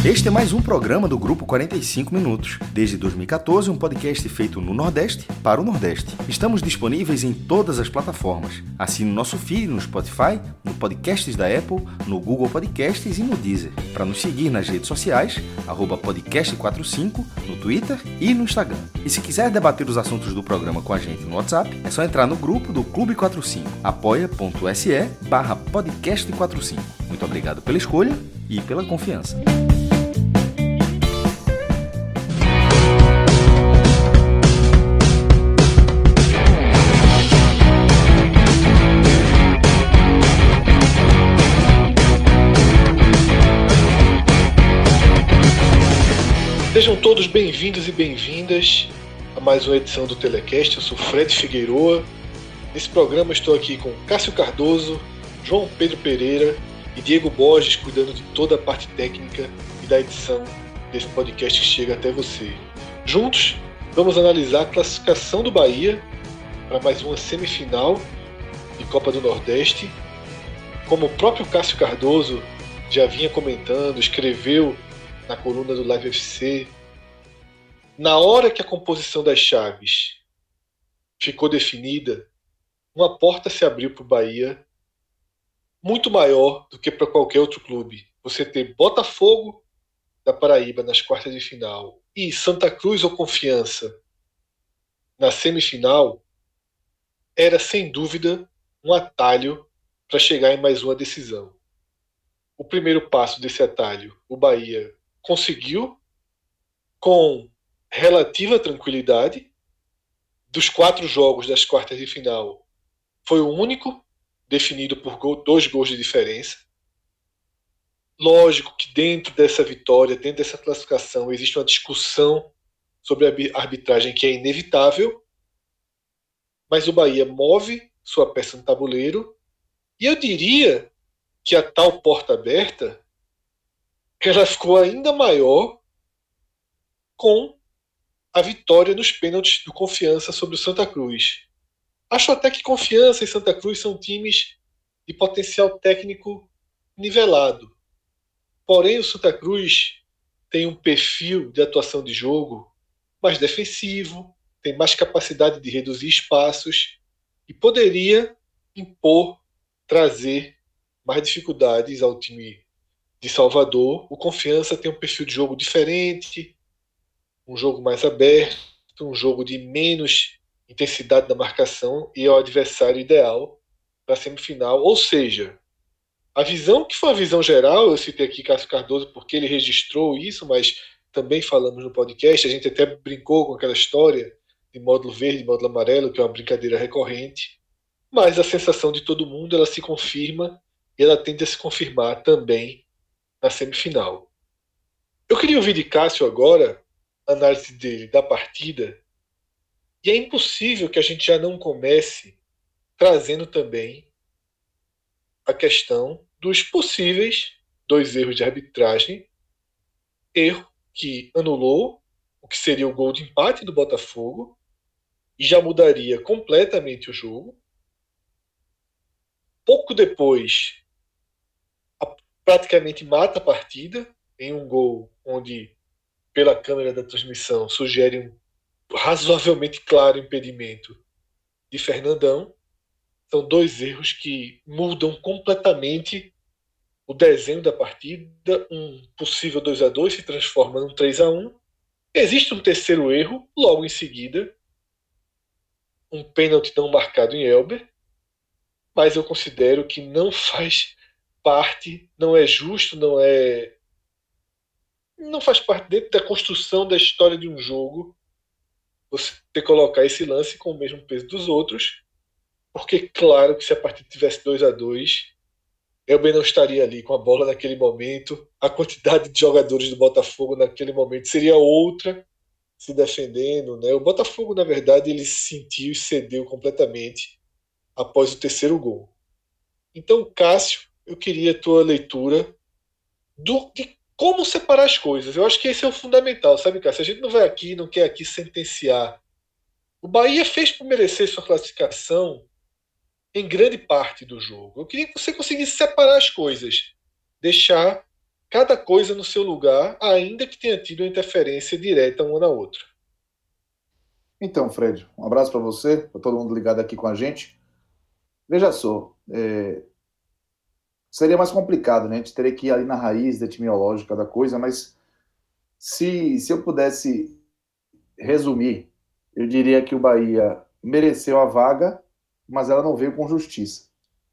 Este é mais um programa do Grupo 45 Minutos. Desde 2014, um podcast feito no Nordeste para o Nordeste. Estamos disponíveis em todas as plataformas. Assine o nosso feed no Spotify, no Podcasts da Apple, no Google Podcasts e no Deezer. Para nos seguir nas redes sociais, @podcast45, no Twitter e no Instagram. E se quiser debater os assuntos do programa com a gente no WhatsApp, é só entrar no grupo do Clube 45, apoia.se/podcast45. Muito obrigado pela escolha e pela confiança. Sejam todos bem-vindos e bem-vindas a mais uma edição do Telecast. Eu sou Fred Figueroa. Nesse programa estou aqui com Cássio Cardoso, João Pedro Pereira e Diego Borges, cuidando de toda a parte técnica e da edição desse podcast que chega até você. Juntos, vamos analisar a classificação do Bahia para mais uma semifinal de Copa do Nordeste. Como o próprio Cássio Cardoso já vinha comentando, escreveu na coluna do Live FC, na hora que a composição das chaves ficou definida, uma porta se abriu para o Bahia muito maior do que para qualquer outro clube. Você ter Botafogo da Paraíba nas quartas de final e Santa Cruz ou Confiança na semifinal era, sem dúvida, um atalho para chegar em mais uma decisão. O primeiro passo desse atalho, o Bahia conseguiu com relativa tranquilidade. Dos 4 jogos das quartas de final, foi o único definido por 2 gols de diferença. Lógico que dentro dessa vitória, dentro dessa classificação, existe uma discussão sobre a arbitragem que é inevitável, mas o Bahia move sua peça no tabuleiro e eu diria que a tal porta aberta ela ficou ainda maior com a vitória nos pênaltis do Confiança sobre o Santa Cruz. Acho até que Confiança e Santa Cruz são times de potencial técnico nivelado. Porém, o Santa Cruz tem um perfil de atuação de jogo mais defensivo, tem mais capacidade de reduzir espaços e poderia impor, trazer mais dificuldades ao time de Salvador. O Confiança tem um perfil de jogo diferente, um jogo mais aberto, um jogo de menos intensidade na marcação e é o adversário ideal para a semifinal. Ou seja, a visão que foi a visão geral, eu citei aqui Cássio Cardoso porque ele registrou isso, mas também falamos no podcast, a gente até brincou com aquela história de módulo verde e módulo amarelo, que é uma brincadeira recorrente, mas a sensação de todo mundo ela se confirma e ela tende a se confirmar também na semifinal. Eu queria ouvir de Cássio agora a análise dele da partida, e é impossível que a gente já não comece trazendo também a questão dos possíveis 2 erros de arbitragem, erro que anulou o que seria o gol de empate do Botafogo e já mudaria completamente o jogo. Pouco depois, praticamente mata a partida em um gol onde, pela câmera da transmissão, sugere um razoavelmente claro impedimento de Fernandão. São 2 erros que mudam completamente o desenho da partida. Um possível 2-2 se transforma num 3-1. Existe um terceiro erro logo em seguida, um pênalti não marcado em Elber, mas eu considero que não faz parte, não é justo, não faz parte dentro da construção da história de um jogo você colocar esse lance com o mesmo peso dos outros, porque claro que se a partida tivesse 2-2, Elber não estaria ali com a bola naquele momento, a quantidade de jogadores do Botafogo naquele momento seria outra, se defendendo, né? O Botafogo, na verdade, ele se sentiu e cedeu completamente após o terceiro gol. Então, Cássio, eu queria a tua leitura de como separar as coisas. Eu acho que esse é o fundamental, sabe, Cássio? A gente não quer aqui sentenciar. O Bahia fez por merecer sua classificação em grande parte do jogo. Eu queria que você conseguisse separar as coisas. Deixar cada coisa no seu lugar, ainda que tenha tido uma interferência direta uma na outra. Então, Fred, um abraço para você, para todo mundo ligado aqui com a gente. Veja só, seria mais complicado, né? A gente teria que ir ali na raiz da etiológica da coisa, mas se eu pudesse resumir, eu diria que o Bahia mereceu a vaga, mas ela não veio com justiça.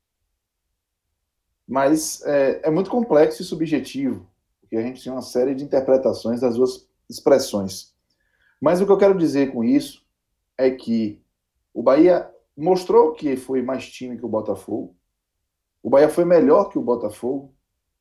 Mas é muito complexo e subjetivo, porque a gente tem uma série de interpretações das duas expressões. Mas o que eu quero dizer com isso é que o Bahia mostrou que foi mais time que o Botafogo. O Bahia foi melhor que o Botafogo,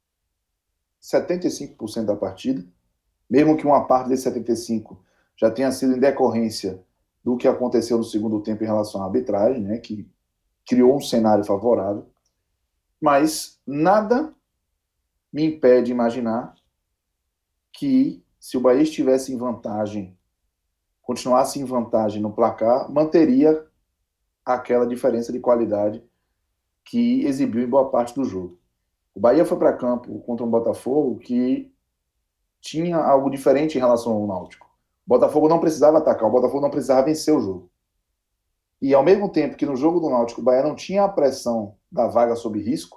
75% da partida, mesmo que uma parte desse 75% já tenha sido em decorrência do que aconteceu no segundo tempo em relação à arbitragem, né, que criou um cenário favorável. Mas nada me impede de imaginar que, se o Bahia estivesse em vantagem, continuasse em vantagem no placar, manteria aquela diferença de qualidade que exibiu em boa parte do jogo. O Bahia foi para campo contra um Botafogo que tinha algo diferente em relação ao Náutico. O Botafogo não precisava atacar, o Botafogo não precisava vencer o jogo. E ao mesmo tempo que no jogo do Náutico o Bahia não tinha a pressão da vaga sob risco,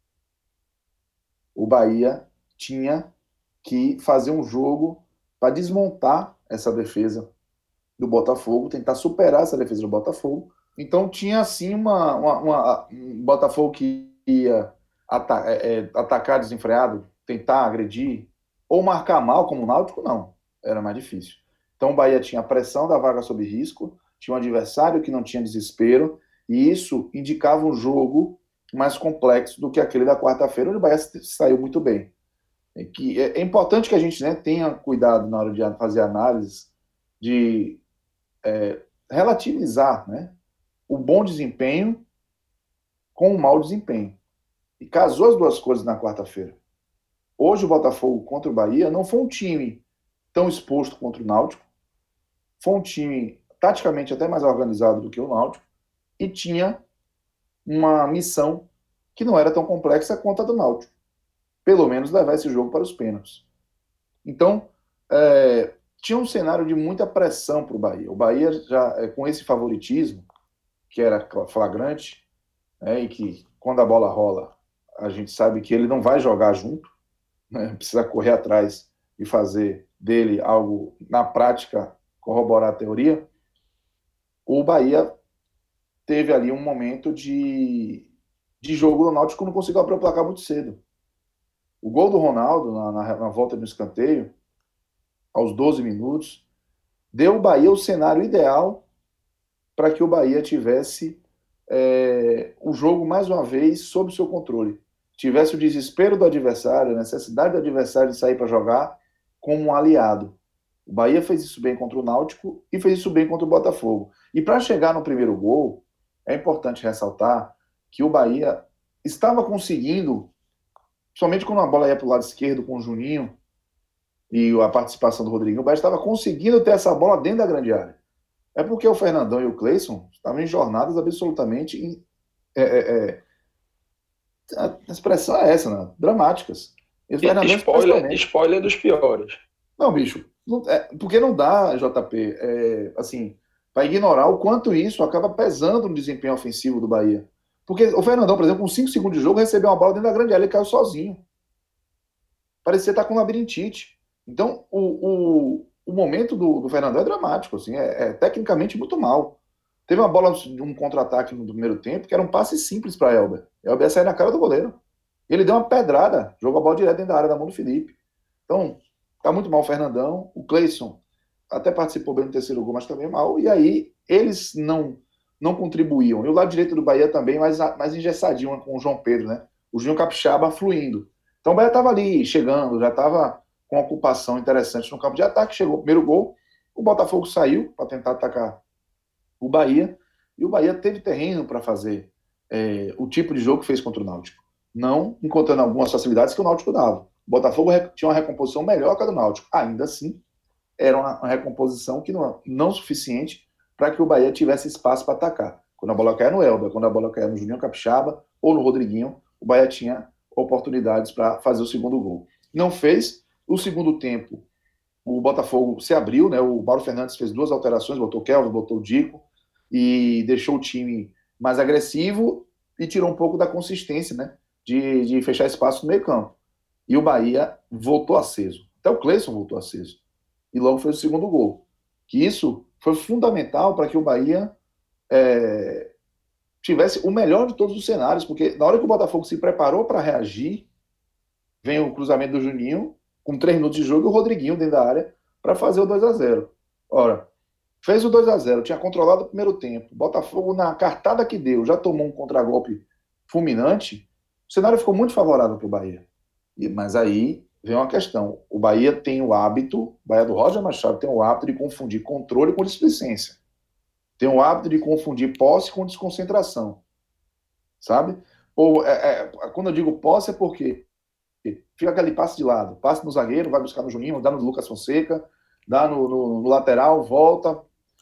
o Bahia tinha que fazer um jogo para desmontar essa defesa do Botafogo, tentar superar essa defesa do Botafogo. Então tinha assim um Botafogo que ia atacar desenfreado, tentar agredir, ou marcar mal como o Náutico, não. Era mais difícil. Então o Bahia tinha a pressão da vaga sob risco, tinha um adversário que não tinha desespero, e isso indicava um jogo mais complexo do que aquele da quarta-feira, onde o Bahia saiu muito bem. É importante que a gente, né, tenha cuidado na hora de fazer análise, de relativizar, né, o bom desempenho com o mau desempenho. E casou as duas coisas na quarta-feira. Hoje o Botafogo contra o Bahia não foi um time tão exposto contra o Náutico, foi um time taticamente até mais organizado do que o Náutico e tinha uma missão que não era tão complexa quanto a do Náutico. Pelo menos levar esse jogo para os pênaltis. Então, tinha um cenário de muita pressão para o Bahia. O Bahia, já com esse favoritismo, que era flagrante, né, e que quando a bola rola, a gente sabe que ele não vai jogar junto, né, precisa correr atrás e fazer dele algo, na prática, corroborar a teoria. O Bahia teve ali um momento de jogo no Náutico que não conseguiu abrir o placar muito cedo. O gol do Ronaldo, na volta do escanteio, aos 12 minutos, deu ao Bahia o cenário ideal para que o Bahia tivesse o jogo, mais uma vez, sob seu controle. Tivesse o desespero do adversário, a necessidade do adversário de sair para jogar como um aliado. O Bahia fez isso bem contra o Náutico e fez isso bem contra o Botafogo. E para chegar no primeiro gol, é importante ressaltar que o Bahia estava conseguindo, somente quando a bola ia para o lado esquerdo com o Juninho e a participação do Rodriguinho, o Bahia estava conseguindo ter essa bola dentro da grande área. É porque o Fernandão e o Cleison estavam em jornadas absolutamente a expressão é essa, né? Dramáticas. E spoiler dos piores. Não, bicho, porque não dá, JP, assim, para ignorar o quanto isso acaba pesando no desempenho ofensivo do Bahia. Porque o Fernandão, por exemplo, com 5 segundos de jogo, recebeu uma bola dentro da grande área e caiu sozinho. Parecia estar com labirintite. Então, o momento do Fernandão é dramático, assim, tecnicamente muito mal. Teve uma bola de um contra-ataque no primeiro tempo, que era um passe simples para Elber. Elber ia sair na cara do goleiro. Ele deu uma pedrada, jogou a bola direto dentro da área da mão do Felipe. Então, tá muito mal o Fernandão. O Cleison até participou bem no terceiro gol, mas também mal. E aí, eles não contribuíam. E o lado direito do Bahia também, mais engessadinho com o João Pedro, né? O Juninho Capixaba fluindo. Então o Bahia estava ali, chegando, já estava com uma ocupação interessante no campo de ataque. Chegou o primeiro gol, o Botafogo saiu para tentar atacar o Bahia, e o Bahia teve terreno para fazer o tipo de jogo que fez contra o Náutico. Não encontrando algumas facilidades que o Náutico dava. O Botafogo tinha uma recomposição melhor que a do Náutico. Ainda assim, era uma recomposição que não suficiente para que o Bahia tivesse espaço para atacar. Quando a bola caia no Elber, quando a bola caia no Juninho Capixaba ou no Rodriguinho, o Bahia tinha oportunidades para fazer o segundo gol. Não fez. O segundo tempo, o Botafogo se abriu, né? O Mauro Fernandes fez 2 alterações, botou o Kelvin, botou o Dico, e deixou o time mais agressivo e tirou um pouco da consistência, né? De fechar espaço no meio campo. E o Bahia voltou aceso. Até o Cleison voltou aceso. E logo fez o segundo gol. Que isso foi fundamental para que o Bahia tivesse o melhor de todos os cenários, porque na hora que o Botafogo se preparou para reagir, vem o cruzamento do Juninho, com 3 minutos de jogo, e o Rodriguinho dentro da área para fazer o 2-0. Ora, fez o 2-0, tinha controlado o primeiro tempo, Botafogo, na cartada que deu, já tomou um contragolpe fulminante, o cenário ficou muito favorável para o Bahia. Mas aí vem uma questão. O Bahia tem o hábito, o Bahia do Roger Machado tem o hábito de confundir controle com displicência. Tem o hábito de confundir posse com desconcentração. Sabe? Ou, quando eu digo posse é porque fica aquele passe de lado. Passe no zagueiro, vai buscar no Juninho, dá no Lucas Fonseca, dá no lateral, volta.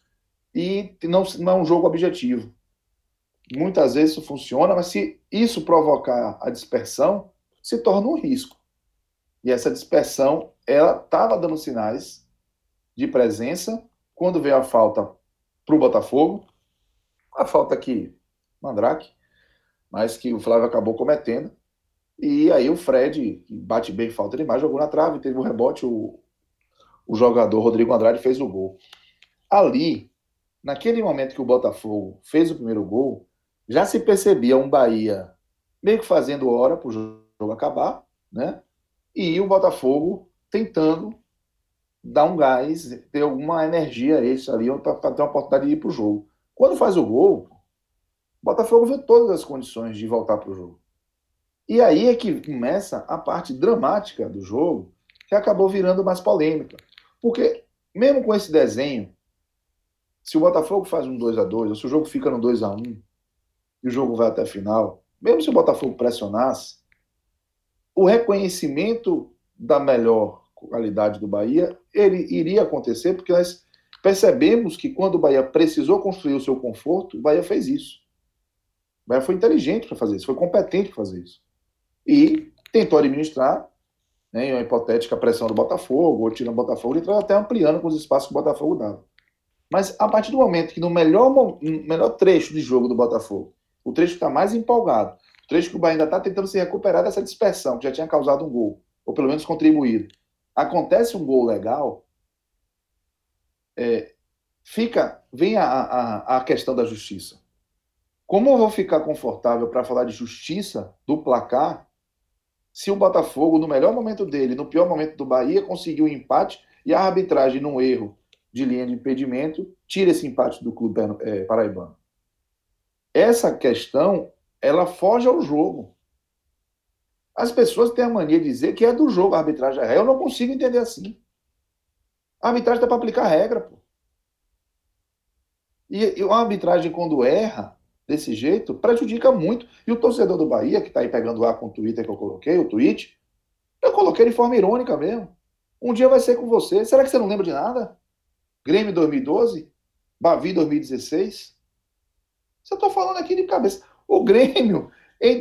E não é um jogo objetivo. Muitas vezes isso funciona, mas se isso provocar a dispersão, se torna um risco. E essa dispersão, ela estava dando sinais de presença quando veio a falta para o Botafogo, a falta que Mandrake, mas que o Flávio acabou cometendo. E aí o Fred, que bate bem falta demais, jogou na trave, teve um rebote, o jogador Rodrigo Andrade fez o gol. Ali, naquele momento que o Botafogo fez o primeiro gol, já se percebia um Bahia meio que fazendo hora para o jogo acabar, né? E o Botafogo tentando dar um gás, ter alguma energia extra ali para ter uma oportunidade de ir para o jogo. Quando faz o gol, o Botafogo viu todas as condições de voltar para o jogo. E aí é que começa a parte dramática do jogo, que acabou virando mais polêmica. Porque, mesmo com esse desenho, se o Botafogo faz um 2-2, ou se o jogo fica no 2-1, e o jogo vai até a final, mesmo se o Botafogo pressionasse, o reconhecimento da melhor qualidade do Bahia, ele iria acontecer, porque nós percebemos que quando o Bahia precisou construir o seu conforto, o Bahia fez isso. O Bahia foi inteligente para fazer isso, foi competente para fazer isso. E tentou administrar, né, uma hipotética pressão do Botafogo, ou tirando o Botafogo, ele estava até ampliando com os espaços que o Botafogo dava. Mas a partir do momento que no melhor trecho de jogo do Botafogo, o trecho que está mais empolgado, o trecho que o Bahia ainda está tentando se recuperar dessa dispersão, que já tinha causado um gol, ou pelo menos contribuído, acontece um gol legal, vem a questão da justiça. Como eu vou ficar confortável para falar de justiça do placar se o Botafogo, no melhor momento dele, no pior momento do Bahia, conseguiu um empate e a arbitragem, num erro de linha de impedimento, tira esse empate do clube paraibano? Essa questão, ela foge ao jogo. As pessoas têm a mania de dizer que é do jogo a arbitragem. Eu não consigo entender assim. A arbitragem está para aplicar a regra, pô. E a arbitragem, quando erra desse jeito, prejudica muito. E o torcedor do Bahia, que está aí pegando lá com o Twitter que eu coloquei, o tweet, eu coloquei de forma irônica mesmo. Um dia vai ser com você. Será que você não lembra de nada? Grêmio 2012? Bavi 2016? Você está falando aqui de cabeça. O Grêmio, em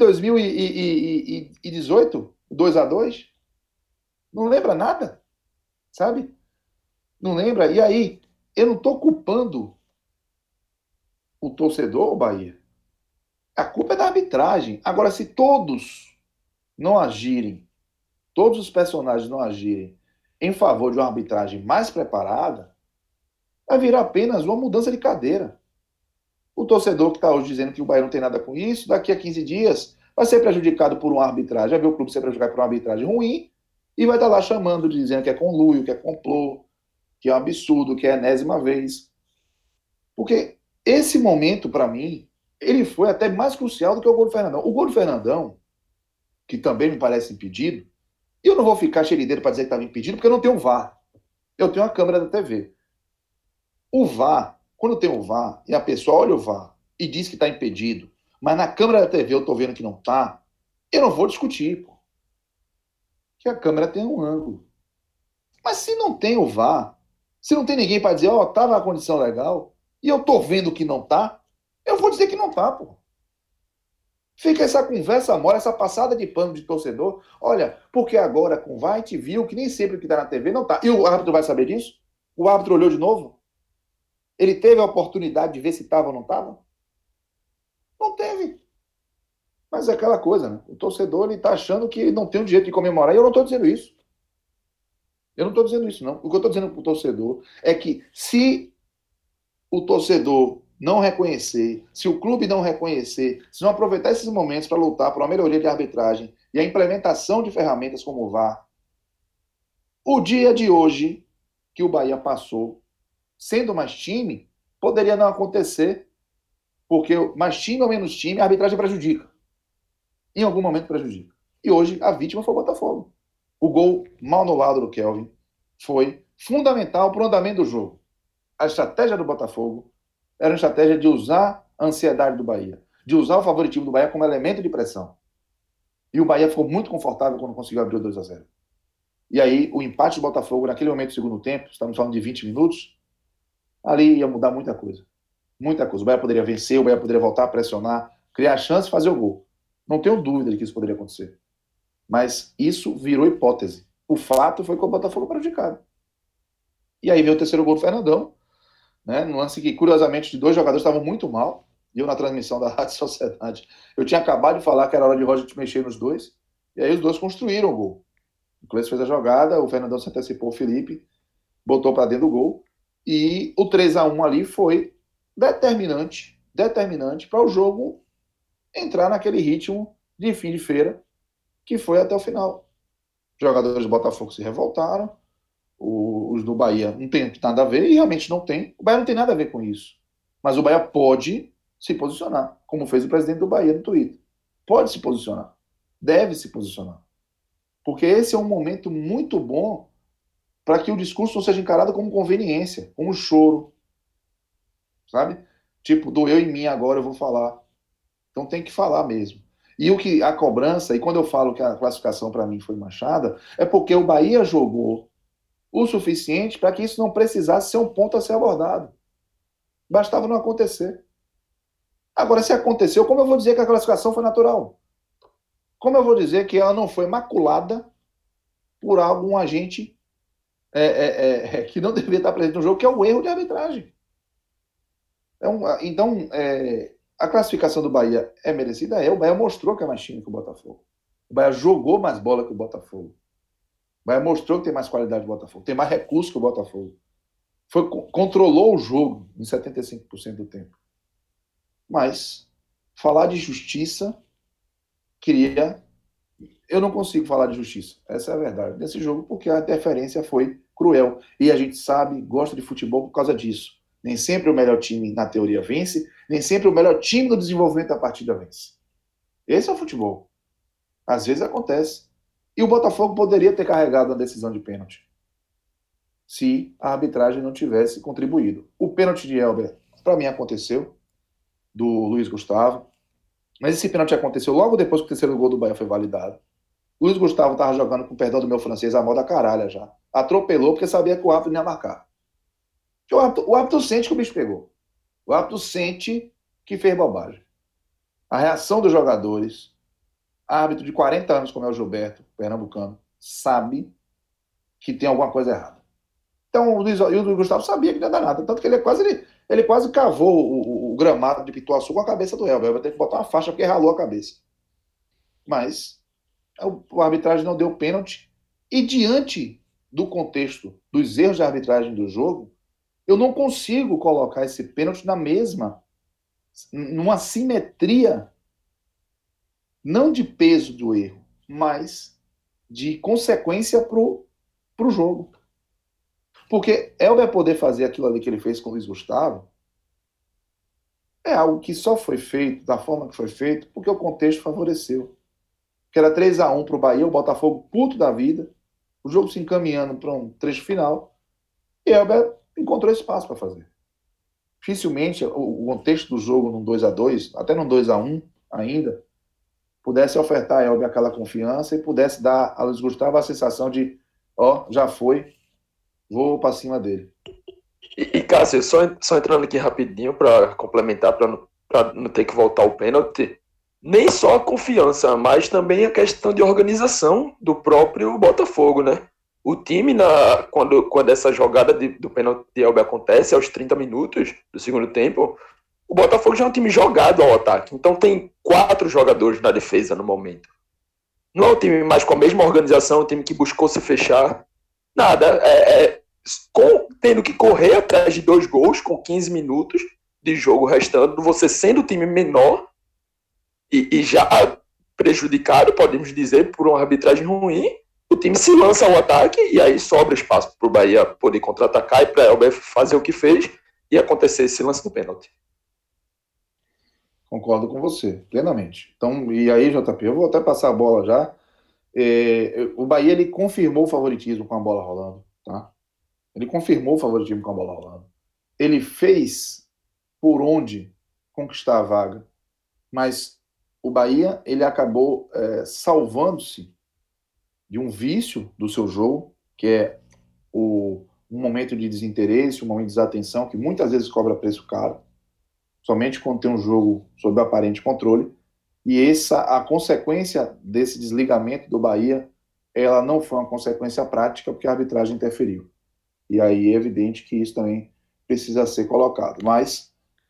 2018, 2-2, não lembra nada, sabe? Não lembra? E aí, eu não estou culpando o torcedor, o Bahia. A culpa é da arbitragem. Agora, se todos não agirem, todos os personagens não agirem em favor de uma arbitragem mais preparada, vai virar apenas uma mudança de cadeira. O torcedor que está hoje dizendo que o Bahia não tem nada com isso, daqui a 15 dias vai ser prejudicado por uma arbitragem, vai ver o clube ser prejudicado por uma arbitragem ruim e vai estar lá chamando, dizendo que é conluio, que é complô, que é um absurdo, que é a enésima vez. Porque esse momento, para mim, ele foi até mais crucial do que o gol do Fernandão. O gol do Fernandão, que também me parece impedido, e eu não vou ficar xerideiro para dizer que estava impedido, porque eu não tenho VAR. Eu tenho a câmera da TV. O VAR, quando tem o VAR, e a pessoa olha o VAR e diz que está impedido, mas na câmera da TV eu estou vendo que não está, eu não vou discutir, pô. Que a câmera tem um ângulo. Mas se não tem o VAR, se não tem ninguém para dizer, estava na condição legal, e eu estou vendo que não está, eu vou dizer que não está, pô. Fica essa conversa mole, essa passada de pano de torcedor. Olha, porque agora com o VAR a gente viu que nem sempre o que está na TV não está. E o árbitro vai saber disso? O árbitro olhou de novo? Ele teve a oportunidade de ver se estava ou não estava? Não teve. Mas é aquela coisa, né? O torcedor está achando que ele não tem o direito de comemorar. E eu não estou dizendo isso. Eu não estou dizendo isso, não. O que eu estou dizendo para o torcedor é que se o torcedor não reconhecer, se o clube não reconhecer, se não aproveitar esses momentos para lutar por uma melhoria de arbitragem e a implementação de ferramentas como o VAR, o dia de hoje que o Bahia passou, sendo mais time, poderia não acontecer, porque mais time ou menos time, a arbitragem prejudica. Em algum momento prejudica. E hoje a vítima foi o Botafogo. O gol mal anulado do Kelvin foi fundamental para o andamento do jogo. A estratégia do Botafogo era uma estratégia de usar a ansiedade do Bahia, de usar o favoritismo do Bahia como elemento de pressão. E o Bahia ficou muito confortável quando conseguiu abrir o 2-0. E aí, o empate do Botafogo, naquele momento do segundo tempo, estamos falando de 20 minutos, ali ia mudar muita coisa. Muita coisa. O Bahia poderia vencer, o Bahia poderia voltar a pressionar, criar chance e fazer o gol. Não tenho dúvida de que isso poderia acontecer. Mas isso virou hipótese. O fato foi que o Botafogo prejudicado. E aí veio o terceiro gol do Fernandão, né, no lance que, curiosamente, de dois jogadores estavam muito mal. E eu, na transmissão da Rádio Sociedade, eu tinha acabado de falar que era hora de Roger mexer nos dois. E aí os dois construíram o gol. O Cleiton fez a jogada, o Fernandão se antecipou, o Felipe botou para dentro do gol. E o 3-1 ali foi determinante para o jogo entrar naquele ritmo de fim de feira que foi até o final. Os jogadores do Botafogo se revoltaram, os do Bahia não tem nada a ver, e realmente não tem. O Bahia não tem nada a ver com isso. Mas o Bahia pode se posicionar, como fez o presidente do Bahia no Twitter. Pode se posicionar. Deve se posicionar. Porque esse é um momento muito bom para que o discurso não seja encarado como conveniência, como choro. Sabe? Tipo, doeu em mim, agora eu vou falar. Então tem que falar mesmo. E o que a cobrança, e quando eu falo que a classificação para mim foi manchada, é porque o Bahia jogou o suficiente para que isso não precisasse ser um ponto a ser abordado. Bastava não acontecer. Agora, se aconteceu, como eu vou dizer que a classificação foi natural? Como eu vou dizer que ela não foi maculada por algum agente que não deveria estar presente no jogo, que é o erro de arbitragem? Então, a classificação do Bahia é merecida? O Bahia mostrou que é mais time que o Botafogo. O Bahia jogou mais bola que o Botafogo. O Bahia mostrou que tem mais qualidade que o Botafogo. Tem mais recursos que o Botafogo. Controlou o jogo em 75% do tempo. Mas falar de justiça eu não consigo falar de justiça. Essa é a verdade desse jogo, porque a interferência foi cruel. E a gente sabe, gosta de futebol por causa disso. Nem sempre o melhor time, na teoria, vence. Nem sempre o melhor time no desenvolvimento da partida vence. Esse é o futebol. Às vezes acontece. E o Botafogo poderia ter carregado a decisão de pênalti se a arbitragem não tivesse contribuído. O pênalti de Elber, para mim, aconteceu, do Luiz Gustavo. Mas esse pênalti aconteceu logo depois que o terceiro gol do Bahia foi validado. O Luiz Gustavo estava jogando, com perdão do meu francês, a moda caralha já. Atropelou porque sabia que o árbitro não ia marcar. O árbitro sente que o bicho pegou. O árbitro sente que fez bobagem. A reação dos jogadores, árbitro de 40 anos, como é o Gilberto, pernambucano, sabe que tem alguma coisa errada. Então, o Luiz Gustavo sabia que não ia dar nada. Tanto que ele quase cavou o gramado de Pituaçu com a cabeça do Elber. Ele vai ter que botar uma faixa porque ralou a cabeça. Mas a arbitragem não deu pênalti. E diante do contexto dos erros de arbitragem do jogo, eu não consigo colocar esse pênalti numa simetria, não de peso do erro, mas de consequência pro jogo. Porque Elber poder fazer aquilo ali que ele fez com o Luiz Gustavo é algo que só foi feito da forma que foi feito porque o contexto favoreceu. Que era 3-1 para o Bahia, o Botafogo puto da vida, o jogo se encaminhando para um trecho final, e Elber encontrou espaço para fazer. Dificilmente o contexto do jogo num 2-2, até num 2-1 ainda, pudesse ofertar a Elber aquela confiança e pudesse dar a Luiz Gustavo a sensação de já foi, vou para cima dele. E Cássio, só entrando aqui rapidinho para complementar, para não ter que voltar o pênalti. nem só a confiança, mas também a questão de organização do próprio Botafogo, né? O time, quando essa jogada do pênalti de Elber acontece, aos 30 minutos do segundo tempo, o Botafogo já é um time jogado ao ataque. Então tem 4 jogadores na defesa no momento. Não é um time mais com a mesma organização, um time que buscou se fechar. Nada. Tendo que correr atrás de 2 gols com 15 minutos de jogo restando, você sendo o time menor e já prejudicado, podemos dizer, por uma arbitragem ruim, o time se lança ao ataque e aí sobra espaço para o Bahia poder contra-atacar e para Elber fazer o que fez e acontecer esse lance do pênalti. Concordo com você, plenamente. Então, e aí, JP, eu vou até passar a bola já. O Bahia, ele confirmou o favoritismo com a bola rolando, tá? Ele confirmou o favoritismo com a bola rolando. Ele fez por onde conquistar a vaga, mas o Bahia, ele acabou salvando-se de um vício do seu jogo, que é um momento de desinteresse, um momento de desatenção, que muitas vezes cobra preço caro, somente quando tem um jogo sob aparente controle, e a consequência desse desligamento do Bahia, ela não foi uma consequência prática, porque a arbitragem interferiu. E aí é evidente que isso também precisa ser colocado. Mas,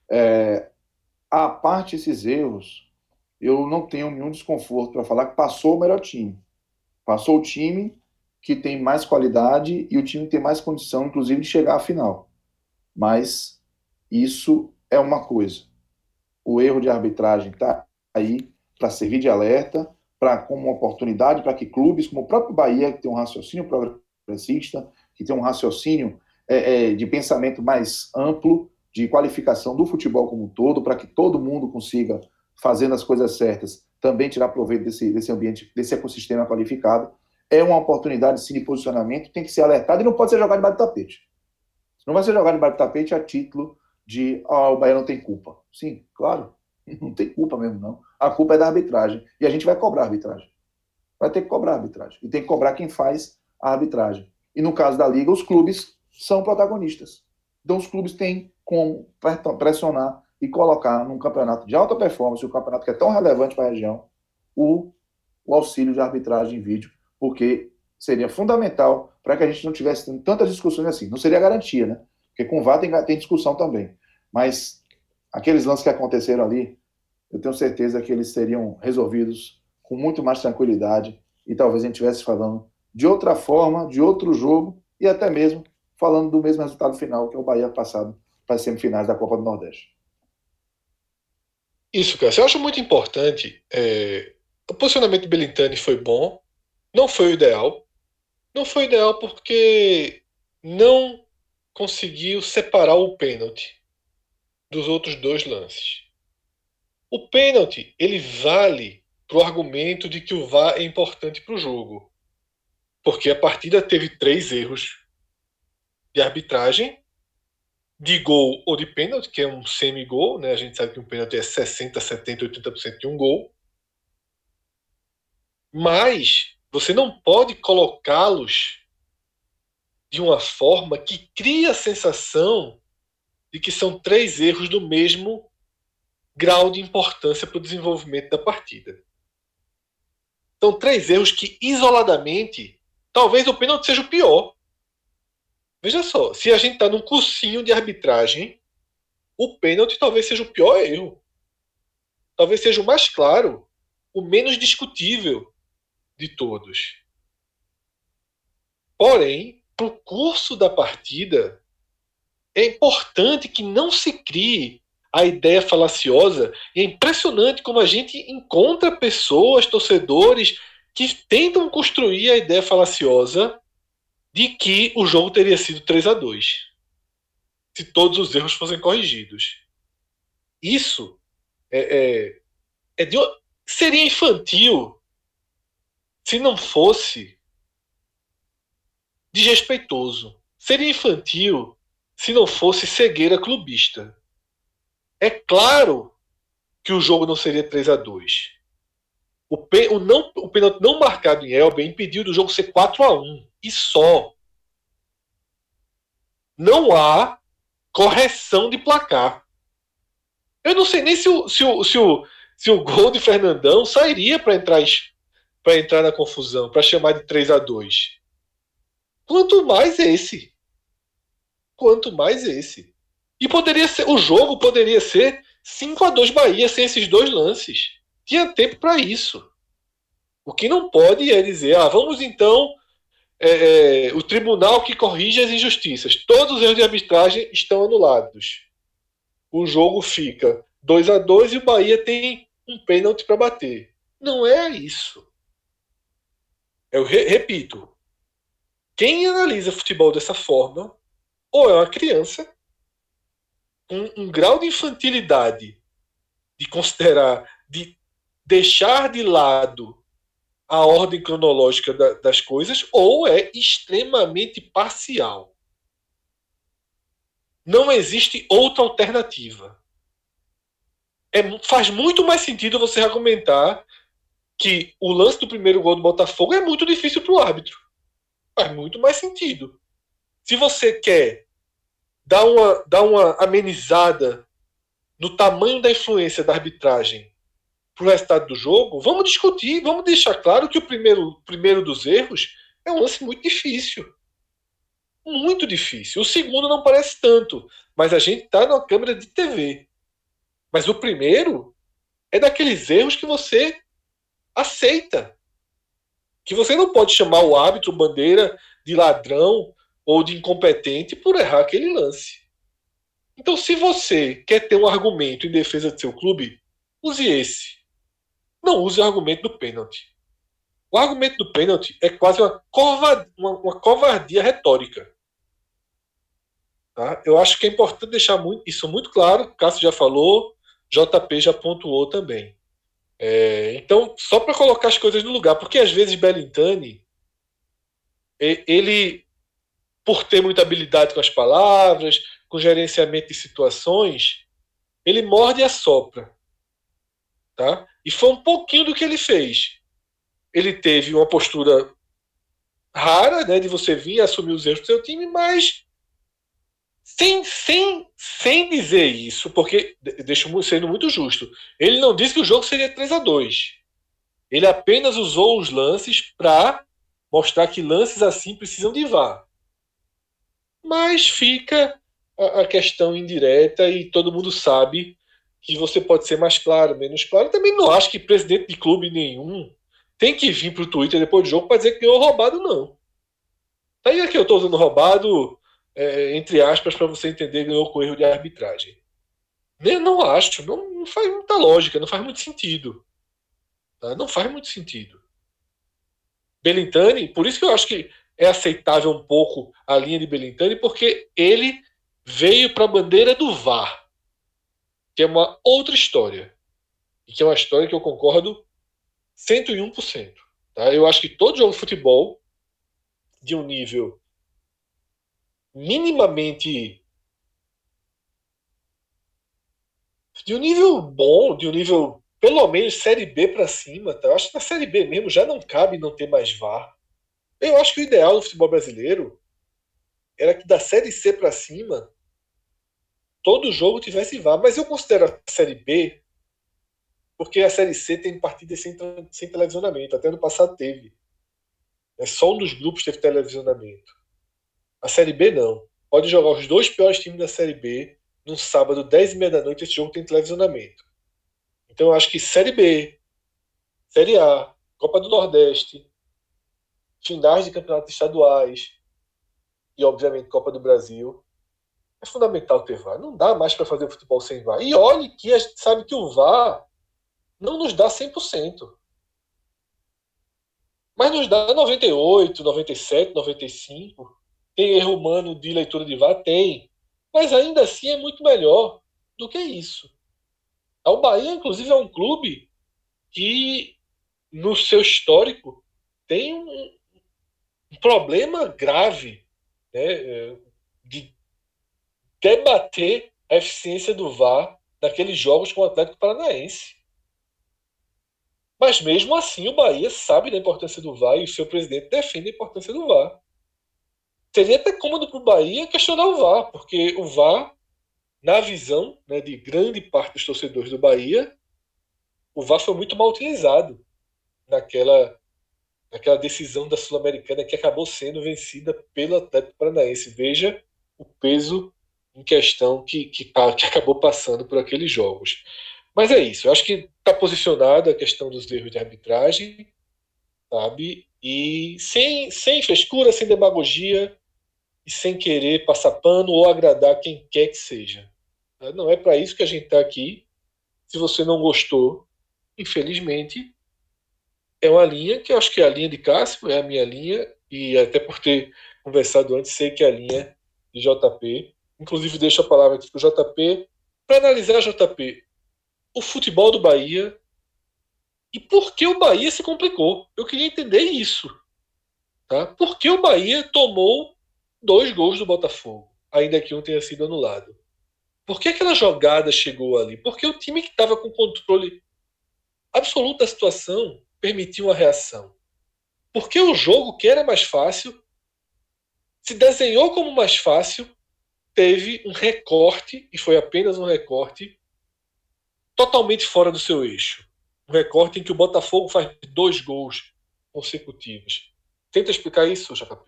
à parte esses erros, eu não tenho nenhum desconforto para falar que passou o melhor time. Passou o time que tem mais qualidade e o time que tem mais condição, inclusive, de chegar à final. Mas isso é uma coisa. O erro de arbitragem está aí para servir de alerta, como uma oportunidade para que clubes, como o próprio Bahia, que tem um raciocínio progressista, que tem um raciocínio de pensamento mais amplo, de qualificação do futebol como um todo, para que todo mundo consiga, fazendo as coisas certas, também tirar proveito desse ambiente, desse ecossistema qualificado. É uma oportunidade, sim, de posicionamento, tem que ser alertado e não pode ser jogado debaixo do tapete. Não vai ser jogado debaixo do tapete a título de o Bahia não tem culpa. Sim, claro, não tem culpa mesmo, não. A culpa é da arbitragem. E a gente vai cobrar a arbitragem. Vai ter que cobrar a arbitragem. E tem que cobrar quem faz a arbitragem. E no caso da Liga, os clubes são protagonistas. Então os clubes têm como pressionar e colocar num campeonato de alta performance, um campeonato que é tão relevante para a região, o auxílio de arbitragem em vídeo, porque seria fundamental para que a gente não tivesse tantas discussões assim. Não seria garantia, né? Porque com o VAR tem discussão também. Mas aqueles lances que aconteceram ali, eu tenho certeza que eles seriam resolvidos com muito mais tranquilidade e talvez a gente estivesse falando de outra forma, de outro jogo e até mesmo falando do mesmo resultado final, que é o Bahia passado para as semifinais da Copa do Nordeste. Isso, Cássio. Eu acho muito importante. O posicionamento de Belintani foi bom, não foi o ideal. Não foi o ideal porque não conseguiu separar o pênalti dos outros 2 lances. O pênalti, ele vale para o argumento de que o VAR é importante para o jogo. Porque a partida teve 3 erros de arbitragem, de gol ou de pênalti, que é um semi-gol, né? A gente sabe que um pênalti é 60%, 70%, 80% de um gol. Mas você não pode colocá-los de uma forma que cria a sensação de que são 3 erros do mesmo grau de importância para o desenvolvimento da partida. São 3 erros que, isoladamente, talvez o pênalti seja o pior. Veja só, se a gente está num cursinho de arbitragem, o pênalti talvez seja o pior erro. Talvez seja o mais claro, o menos discutível de todos. Porém, para o curso da partida, é importante que não se crie a ideia falaciosa. E é impressionante como a gente encontra pessoas, torcedores, que tentam construir a ideia falaciosa de que o jogo teria sido 3-2 se todos os erros fossem corrigidos. Isso seria infantil se não fosse desrespeitoso. Seria infantil se não fosse cegueira clubista. É claro que o jogo não seria 3-2. O pênalti não marcado em Elber impediu do jogo ser 4-1. E só. Não há correção de placar. Eu não sei nem se se o gol de Fernandão sairia para entrar na confusão, para chamar de 3-2. Quanto mais esse. E o jogo poderia ser 5-2 Bahia sem esses dois lances. Tinha tempo para isso. O que não pode é dizer, vamos então, o tribunal que corrige as injustiças. Todos os erros de arbitragem estão anulados. O jogo fica 2-2 e o Bahia tem um pênalti para bater. Não é isso. Eu repito, quem analisa futebol dessa forma, ou é uma criança, um grau de infantilidade, de considerar, de deixar de lado a ordem cronológica das coisas, ou é extremamente parcial. Não existe outra alternativa. Faz muito mais sentido você argumentar que o lance do primeiro gol do Botafogo é muito difícil para o árbitro. Faz muito mais sentido. Se você quer dar uma amenizada no tamanho da influência da arbitragem para o resultado do jogo, vamos discutir, vamos deixar claro que o primeiro dos erros é um lance muito difícil. Muito difícil. O segundo não parece tanto, mas a gente está numa câmera de TV. Mas o primeiro é daqueles erros que você aceita. Que você não pode chamar o árbitro bandeira de ladrão ou de incompetente por errar aquele lance. Então, se você quer ter um argumento em defesa do seu clube, use esse. Não use o argumento do pênalti. O argumento do pênalti é quase uma covardia retórica. Tá? Eu acho que é importante deixar isso muito claro. O Cássio já falou, JP já pontuou também. Então, só para colocar as coisas no lugar, porque às vezes Belintani, ele, por ter muita habilidade com as palavras, com gerenciamento de situações, ele morde e assopra. Tá? E foi um pouquinho do que ele fez. Ele teve uma postura rara, né, de você vir assumir os erros do seu time, mas sem dizer isso, porque, deixo sendo muito justo, ele não disse que o jogo seria 3-2. Ele apenas usou os lances para mostrar que lances assim precisam de VAR. Mas fica a questão indireta e todo mundo sabe que você pode ser mais claro, menos claro. Também não acho que presidente de clube nenhum tem que vir para o Twitter depois do jogo para dizer que ganhou roubado, não. Aí aqui eu estou usando roubado, entre aspas, para você entender, ganhou com erro de arbitragem. Eu não acho, não faz muita lógica, não faz muito sentido. Tá? Não faz muito sentido. Belintani, por isso que eu acho que é aceitável um pouco a linha de Belintani, porque ele veio para a bandeira do VAR, que é uma outra história. E que é uma história que eu concordo 101%. Tá? Eu acho que todo jogo de futebol de um nível minimamente... de um nível bom, de um nível pelo menos Série B para cima. Tá? Eu acho que na Série B mesmo já não cabe não ter mais VAR. Eu acho que o ideal do futebol brasileiro era que da Série C para cima todo jogo tivesse VAR. Mas eu considero a Série B, porque a Série C tem partidas sem televisionamento. Até no passado teve. Só um dos grupos teve televisionamento. A Série B não. Pode jogar os dois piores times da Série B num sábado, 10h30 da noite, esse jogo tem televisionamento. Então eu acho que Série B, Série A, Copa do Nordeste, finais de campeonatos estaduais e, obviamente, Copa do Brasil, é fundamental ter VAR. Não dá mais para fazer o futebol sem VAR. E olhe que a gente sabe que o VAR não nos dá 100%. Mas nos dá 98%, 97%, 95%. Tem erro humano de leitura de VAR? Tem. Mas ainda assim é muito melhor do que isso. O Bahia, inclusive, é um clube que, no seu histórico, tem um problema grave, né, de debater a eficiência do VAR naqueles jogos com o Atlético Paranaense. Mas mesmo assim o Bahia sabe da importância do VAR e o seu presidente defende a importância do VAR. Seria até cômodo para o Bahia questionar o VAR, porque o VAR, na visão, né, de grande parte dos torcedores do Bahia, o VAR foi muito mal utilizado naquela decisão da Sul-Americana que acabou sendo vencida pelo Atlético Paranaense. Veja o peso em questão que acabou passando por aqueles jogos. Mas é isso, eu acho que está posicionado a questão dos erros de arbitragem, sabe? E sem frescura, sem demagogia e sem querer passar pano ou agradar quem quer que seja. Não é para isso que a gente está aqui. Se você não gostou, infelizmente, é uma linha que eu acho que é a linha de Cássio, é a minha linha, e até por ter conversado antes, sei que é a linha de JP. Inclusive, deixo a palavra aqui para o JP, para analisar, JP, o futebol do Bahia e por que o Bahia se complicou. Eu queria entender isso. Tá? Por que o Bahia tomou 2 gols do Botafogo, ainda que um tenha sido anulado? Por que aquela jogada chegou ali? Por que o time que estava com controle absoluto da situação permitiu uma reação? Por que o jogo, que era mais fácil, se desenhou como mais fácil, teve um recorte, e foi apenas um recorte, totalmente fora do seu eixo? Um recorte em que o Botafogo faz 2 gols consecutivos. Tenta explicar isso, JP.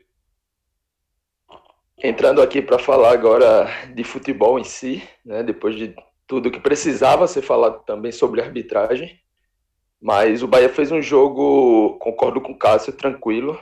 Entrando aqui para falar agora de futebol em si, né, depois de tudo que precisava ser falado também sobre arbitragem, mas o Bahia fez um jogo, concordo com o Cássio, tranquilo.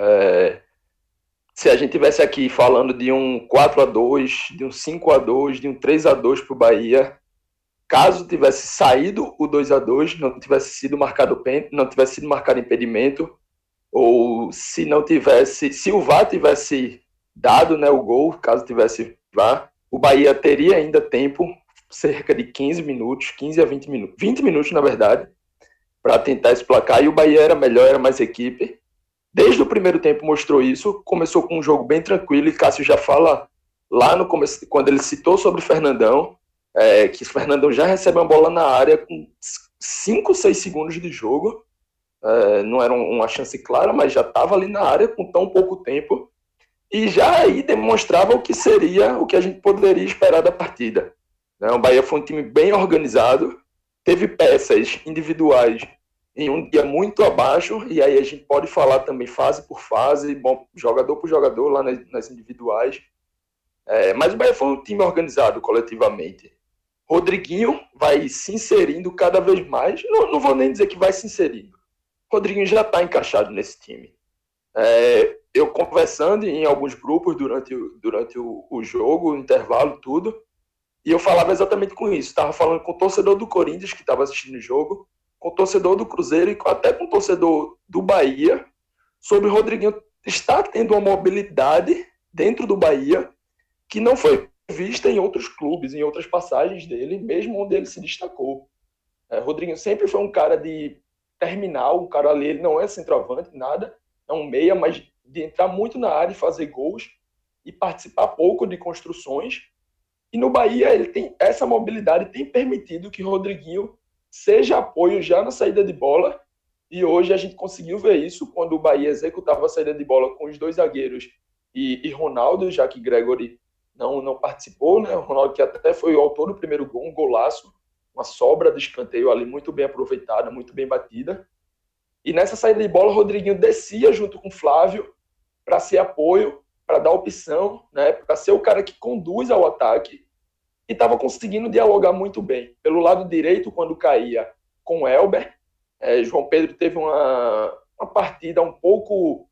Se a gente tivesse aqui falando de um 4-2, de um 5-2, de um 3-2 para o Bahia, caso tivesse saído o 2-2, não tivesse sido marcado impedimento, ou se o VAR tivesse dado, né, o gol, caso tivesse VAR, o Bahia teria ainda tempo, cerca de 15 a 20 minutos, 20 minutos na verdade, para tentar esse placar, e o Bahia era melhor, era mais equipe. Desde o primeiro tempo mostrou isso, começou com um jogo bem tranquilo, e Cássio já fala lá no começo, quando ele citou sobre o Fernandão, que o Fernandão já recebe uma bola na área com 5, 6 segundos de jogo, não era uma chance clara, mas já estava ali na área com tão pouco tempo, e já aí demonstrava o que seria, o que a gente poderia esperar da partida. O Bahia foi um time bem organizado, teve peças individuais em um dia muito abaixo, e aí a gente pode falar também fase por fase, bom, jogador por jogador lá nas individuais. Mas o Bahia foi um time organizado coletivamente. Rodriguinho vai se inserindo cada vez mais, não vou nem dizer que vai se inserindo. Rodriguinho já está encaixado nesse time. Eu conversando em alguns grupos durante o jogo, o intervalo, tudo, e eu falava exatamente com isso. Estava falando com o torcedor do Corinthians que estava assistindo o jogo, com o torcedor do Cruzeiro e até com o torcedor do Bahia, sobre o Rodriguinho estar tendo uma mobilidade dentro do Bahia que não foi vista em outros clubes, em outras passagens dele, mesmo onde ele se destacou. Rodriguinho sempre foi um cara de terminal, um cara ali, ele não é centroavante, nada, é um meia, mas de entrar muito na área e fazer gols e participar pouco de construções. E no Bahia ele tem essa mobilidade, tem permitido que Rodriguinho seja apoio já na saída de bola, e hoje a gente conseguiu ver isso quando o Bahia executava a saída de bola com os 2 zagueiros e Ronaldo, já que Gregory não participou, né? O Ronaldo, que até foi o autor do primeiro gol, um golaço, uma sobra de escanteio ali muito bem aproveitada, muito bem batida. E nessa saída de bola, o Rodriguinho descia junto com o Flávio para ser apoio, para dar opção, né? Para ser o cara que conduz ao ataque, e estava conseguindo dialogar muito bem. Pelo lado direito, quando caía com o Elber, João Pedro teve uma partida um pouco...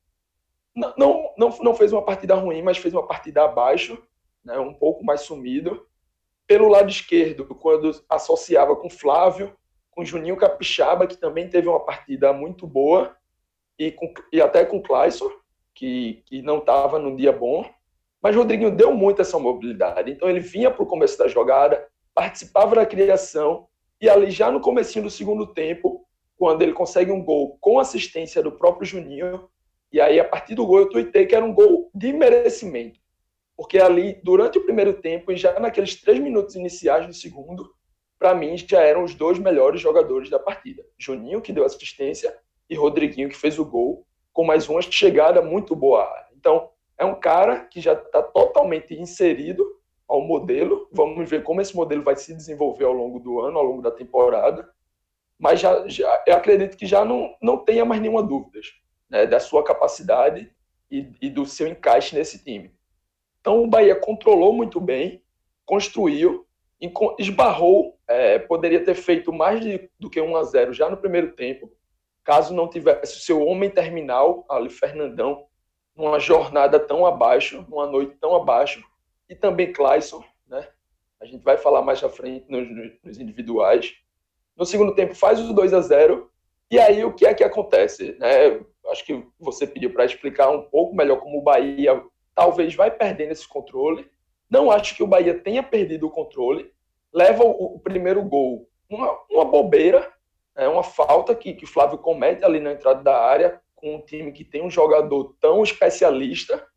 Não fez uma partida ruim, mas fez uma partida abaixo, né, um pouco mais sumido. Pelo lado esquerdo, quando associava com Flávio, com Juninho Capixaba, que também teve uma partida muito boa, e até com Clayson, que não estava num dia bom. Mas Rodriguinho deu muito essa mobilidade. Então ele vinha para o começo da jogada, participava da criação, e ali já no comecinho do segundo tempo, quando ele consegue um gol com assistência do próprio Juninho, e aí a partir do gol eu tuitei que era um gol de merecimento. Porque ali, durante o primeiro tempo, e já naqueles 3 minutos iniciais do segundo, para mim já eram os 2 melhores jogadores da partida. Juninho, que deu assistência, e Rodriguinho, que fez o gol, com mais uma chegada muito boa à área. Então, é um cara que já está totalmente inserido ao modelo. Vamos ver como esse modelo vai se desenvolver ao longo do ano, ao longo da temporada. mas eu acredito que já não tenha mais nenhuma dúvida, né, da sua capacidade e do seu encaixe nesse time. Então o Bahia controlou muito bem, construiu, esbarrou, poderia ter feito mais do que 1-0 já no primeiro tempo, caso não tivesse o seu homem terminal, ali, Fernandão, numa jornada tão abaixo, numa noite tão abaixo, e também Clayson, né? A gente vai falar mais à frente nos individuais. No segundo tempo faz os 2-0, e aí o que é que acontece? Acho que você pediu para explicar um pouco melhor como o Bahia talvez vai perdendo esse controle. Não acho que o Bahia tenha perdido o controle. Leva o primeiro gol, uma bobeira, uma falta que o Flávio comete ali na entrada da área, com um time que tem um jogador tão especialista.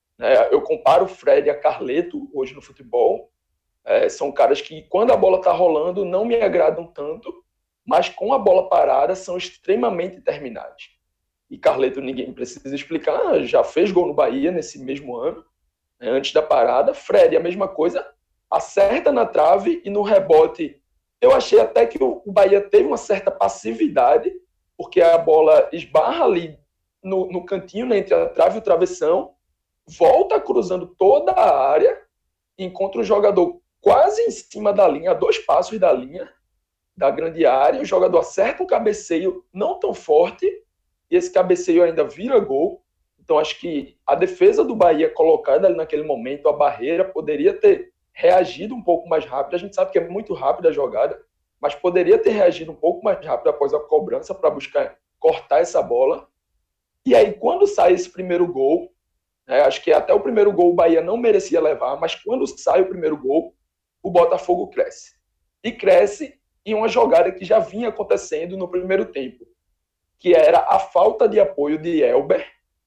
Eu comparo o Fred a Carleto hoje no futebol. São caras que, quando a bola está rolando, não me agradam tanto, mas com a bola parada são extremamente terminais. E Carleto, ninguém precisa explicar, já fez gol no Bahia nesse mesmo ano, antes da parada. Fred, a mesma coisa, acerta na trave e no rebote. Eu achei até que o Bahia teve uma certa passividade, porque a bola esbarra ali no cantinho, né, entre a trave e o travessão, volta cruzando toda a área, encontra o jogador quase em cima da linha, a 2 passos da linha, da grande área, o jogador acerta um cabeceio não tão forte, e esse cabeceio ainda vira gol. Então acho que a defesa do Bahia colocada ali naquele momento, a barreira, poderia ter reagido um pouco mais rápido. A gente sabe que é muito rápida a jogada, mas poderia ter reagido um pouco mais rápido após a cobrança para buscar cortar essa bola. E aí, quando sai esse primeiro gol, acho que até o primeiro gol o Bahia não merecia levar, mas quando sai o primeiro gol, o Botafogo cresce. E cresce em uma jogada que já vinha acontecendo no primeiro tempo, que era a falta de apoio de Elber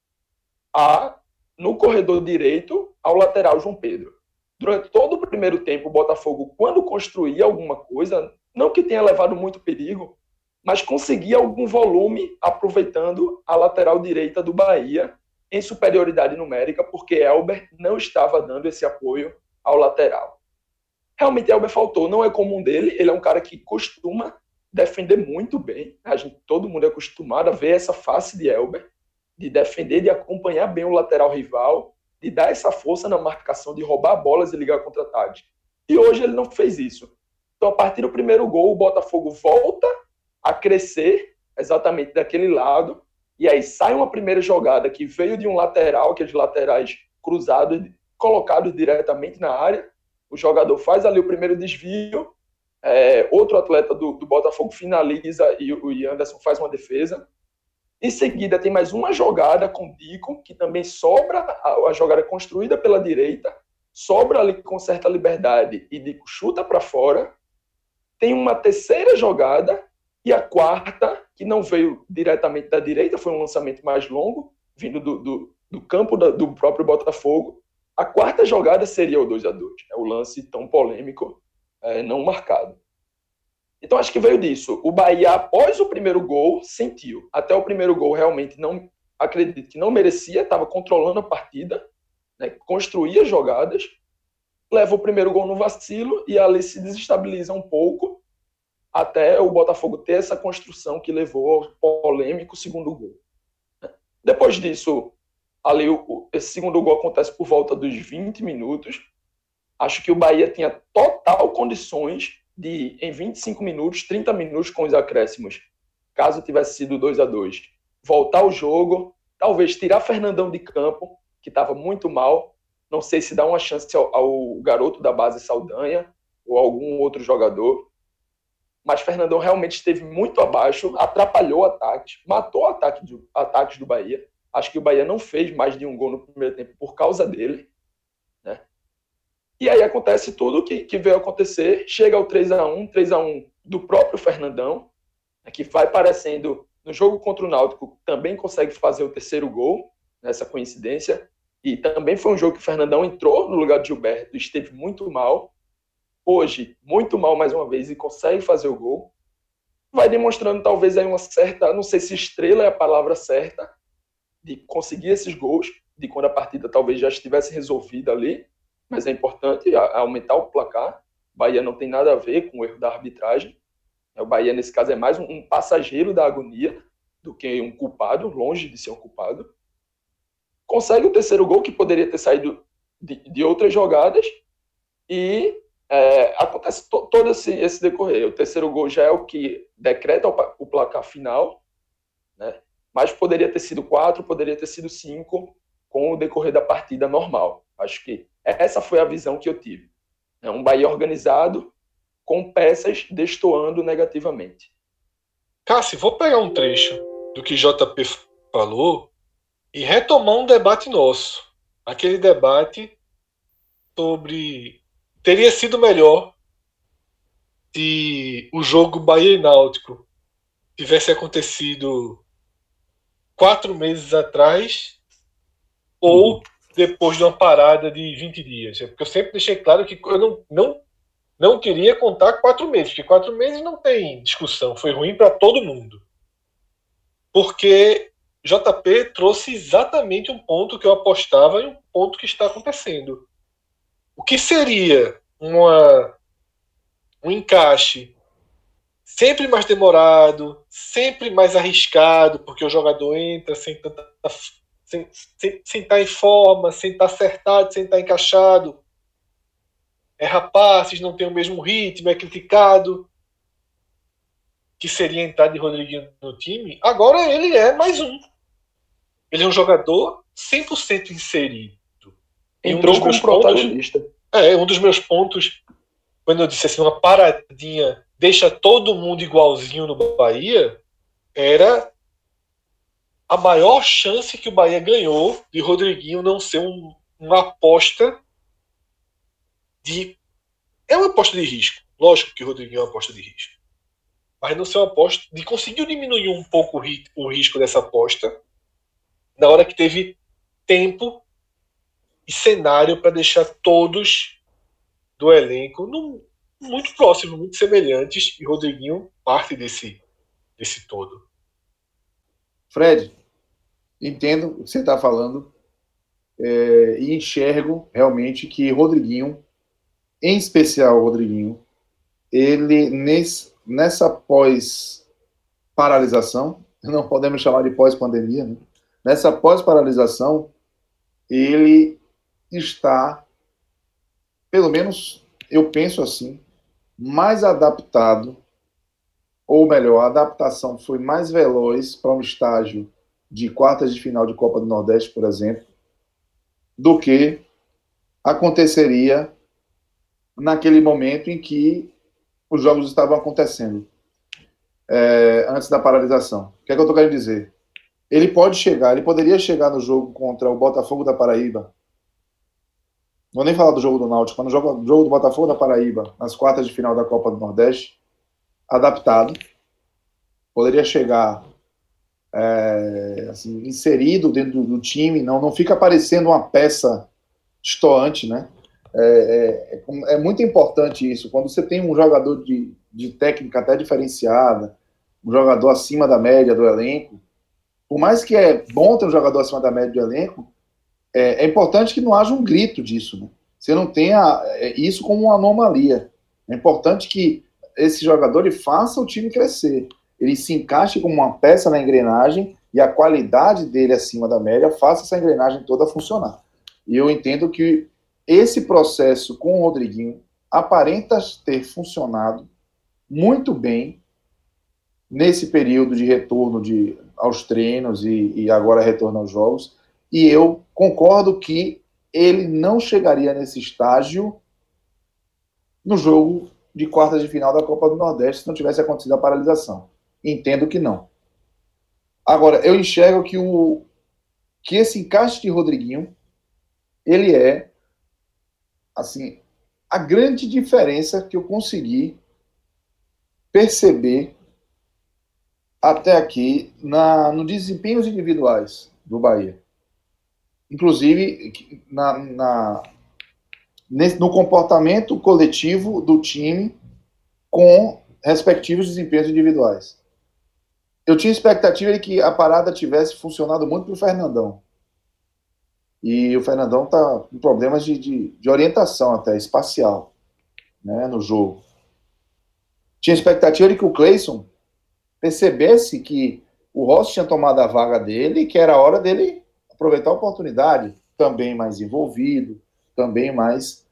no corredor direito ao lateral João Pedro. Durante todo o primeiro tempo, o Botafogo, quando construía alguma coisa, não que tenha levado muito perigo, mas conseguia algum volume aproveitando a lateral direita do Bahia em superioridade numérica, porque Elber não estava dando esse apoio ao lateral. Realmente Elber faltou, não é comum dele, ele é um cara que costuma defender muito bem, todo mundo é acostumado a ver essa face de Elber, de defender, de acompanhar bem o lateral rival, de dar essa força na marcação, de roubar bolas e ligar contra-ataques. E hoje ele não fez isso. Então, a partir do primeiro gol, o Botafogo volta a crescer exatamente daquele lado, e aí sai uma primeira jogada que veio de um lateral, aqueles laterais cruzados, colocados diretamente na área. O jogador faz ali o primeiro desvio, outro atleta do Botafogo finaliza e o Anderson faz uma defesa. Em seguida, tem mais uma jogada com o Dico, que também sobra a jogada construída pela direita, sobra ali com certa liberdade e Dico chuta para fora. Tem uma terceira jogada e a quarta, que não veio diretamente da direita, foi um lançamento mais longo, vindo do campo do próprio Botafogo. A quarta jogada seria o 2-2, o lance tão polêmico, não marcado. Então, acho que veio disso. O Bahia, após o primeiro gol, sentiu. Até o primeiro gol, realmente, não acredito que não merecia, estava controlando a partida, né, construía jogadas, leva o primeiro gol no vacilo e ali se desestabiliza um pouco, até o Botafogo ter essa construção que levou ao polêmico segundo gol. Depois disso, ali esse segundo gol acontece por volta dos 20 minutos. Acho que o Bahia tinha total condições de, em 25 minutos, 30 minutos com os acréscimos, caso tivesse sido 2-2, voltar o jogo, talvez tirar Fernandão de campo, que estava muito mal. Não sei se dá uma chance ao garoto da base Saldanha ou algum outro jogador. Mas Fernandão realmente esteve muito abaixo, atrapalhou ataques, matou ataques do Bahia. Acho que o Bahia não fez mais de um gol no primeiro tempo por causa dele, né? E aí acontece tudo que veio acontecer, chega ao 3-1 do próprio Fernandão, que vai parecendo, no jogo contra o Náutico, também consegue fazer o terceiro gol, nessa coincidência, e também foi um jogo que o Fernandão entrou no lugar de Gilberto, esteve muito mal, hoje, muito mal mais uma vez, e consegue fazer o gol, vai demonstrando talvez aí uma certa, não sei se estrela é a palavra certa, de conseguir esses gols, de quando a partida talvez já estivesse resolvida ali, mas é importante aumentar o placar. Bahia não tem nada a ver com o erro da arbitragem. O Bahia, nesse caso, é mais um passageiro da agonia do que um culpado, longe de ser um culpado. Consegue o terceiro gol, que poderia ter saído de outras jogadas, e acontece todo esse decorrer. O terceiro gol já é o que decreta o placar final, né? Mas poderia ter sido 4, poderia ter sido 5, com o decorrer da partida normal. Acho que essa foi a visão que eu tive. É um Bahia organizado, com peças destoando negativamente. Cássio, vou pegar um trecho do que JP falou e retomar um debate nosso. Aquele debate sobre teria sido melhor se o jogo Bahia e Náutico tivesse acontecido 4 meses atrás ou depois de uma parada de 20 dias. Porque eu sempre deixei claro que eu não queria contar 4 meses, porque 4 meses não tem discussão, foi ruim para todo mundo. Porque JP trouxe exatamente um ponto que eu apostava e um ponto que está acontecendo. O que seria um encaixe sempre mais demorado, sempre mais arriscado, porque o jogador entra sem estar em forma, sem estar acertado, sem estar encaixado. Passes, não tem o mesmo ritmo, é criticado. Que seria a entrada de Rodriguinho no time. Agora ele é mais um. Ele é um jogador 100% inserido. Entrou como protagonista. Um dos meus pontos, quando eu disse assim, uma paradinha deixa todo mundo igualzinho no Bahia, era a maior chance que o Bahia ganhou de Rodriguinho não ser uma aposta de... É uma aposta de risco. Lógico que o Rodriguinho é uma aposta de risco. Mas não ser uma aposta de conseguir diminuir um pouco o risco dessa aposta na hora que teve tempo e cenário para deixar todos do elenco muito próximos, muito semelhantes, e Rodriguinho parte desse todo. Fred, entendo o que você está falando e enxergo realmente que Rodriguinho, em especial Rodriguinho, ele nessa pós-paralisação, não podemos chamar de pós-pandemia, né? Nessa pós-paralisação, ele está, pelo menos eu penso assim, mais adaptado, ou melhor, a adaptação foi mais veloz para um estágio de quartas de final de Copa do Nordeste, por exemplo, do que aconteceria naquele momento em que os jogos estavam acontecendo, antes da paralisação. O que é que eu estou querendo dizer? Ele poderia chegar no jogo contra o Botafogo da Paraíba, não vou nem falar do jogo do Náutico, mas no jogo do Botafogo da Paraíba, nas quartas de final da Copa do Nordeste, adaptado, poderia chegar assim, inserido dentro do time, não fica parecendo uma peça destoante, né? É muito importante isso. Quando você tem um jogador de técnica até diferenciada, um jogador acima da média do elenco, por mais que é bom ter um jogador acima da média do elenco, é importante que não haja um grito disso, né? Você não tenha isso como uma anomalia. É importante que esse jogador faça o time crescer. Ele se encaixe como uma peça na engrenagem e a qualidade dele acima da média faça essa engrenagem toda funcionar. E eu entendo que esse processo com o Rodriguinho aparenta ter funcionado muito bem nesse período de retorno aos treinos e agora retorno aos jogos. E eu concordo que ele não chegaria nesse estágio no jogo de quartas de final da Copa do Nordeste se não tivesse acontecido a paralisação. Entendo que não. Agora, eu enxergo que esse encaixe de Rodriguinho, ele é, assim, a grande diferença que eu consegui perceber até aqui no desempenhos individuais do Bahia. Inclusive, no comportamento coletivo do time com respectivos desempenhos individuais. Eu tinha expectativa de que a parada tivesse funcionado muito para o Fernandão. E o Fernandão está com problemas de orientação até, espacial, né, no jogo. tinha expectativa de que o Cleison percebesse que o Rossi tinha tomado a vaga dele e que era a hora dele aproveitar a oportunidade, também mais envolvido, também mais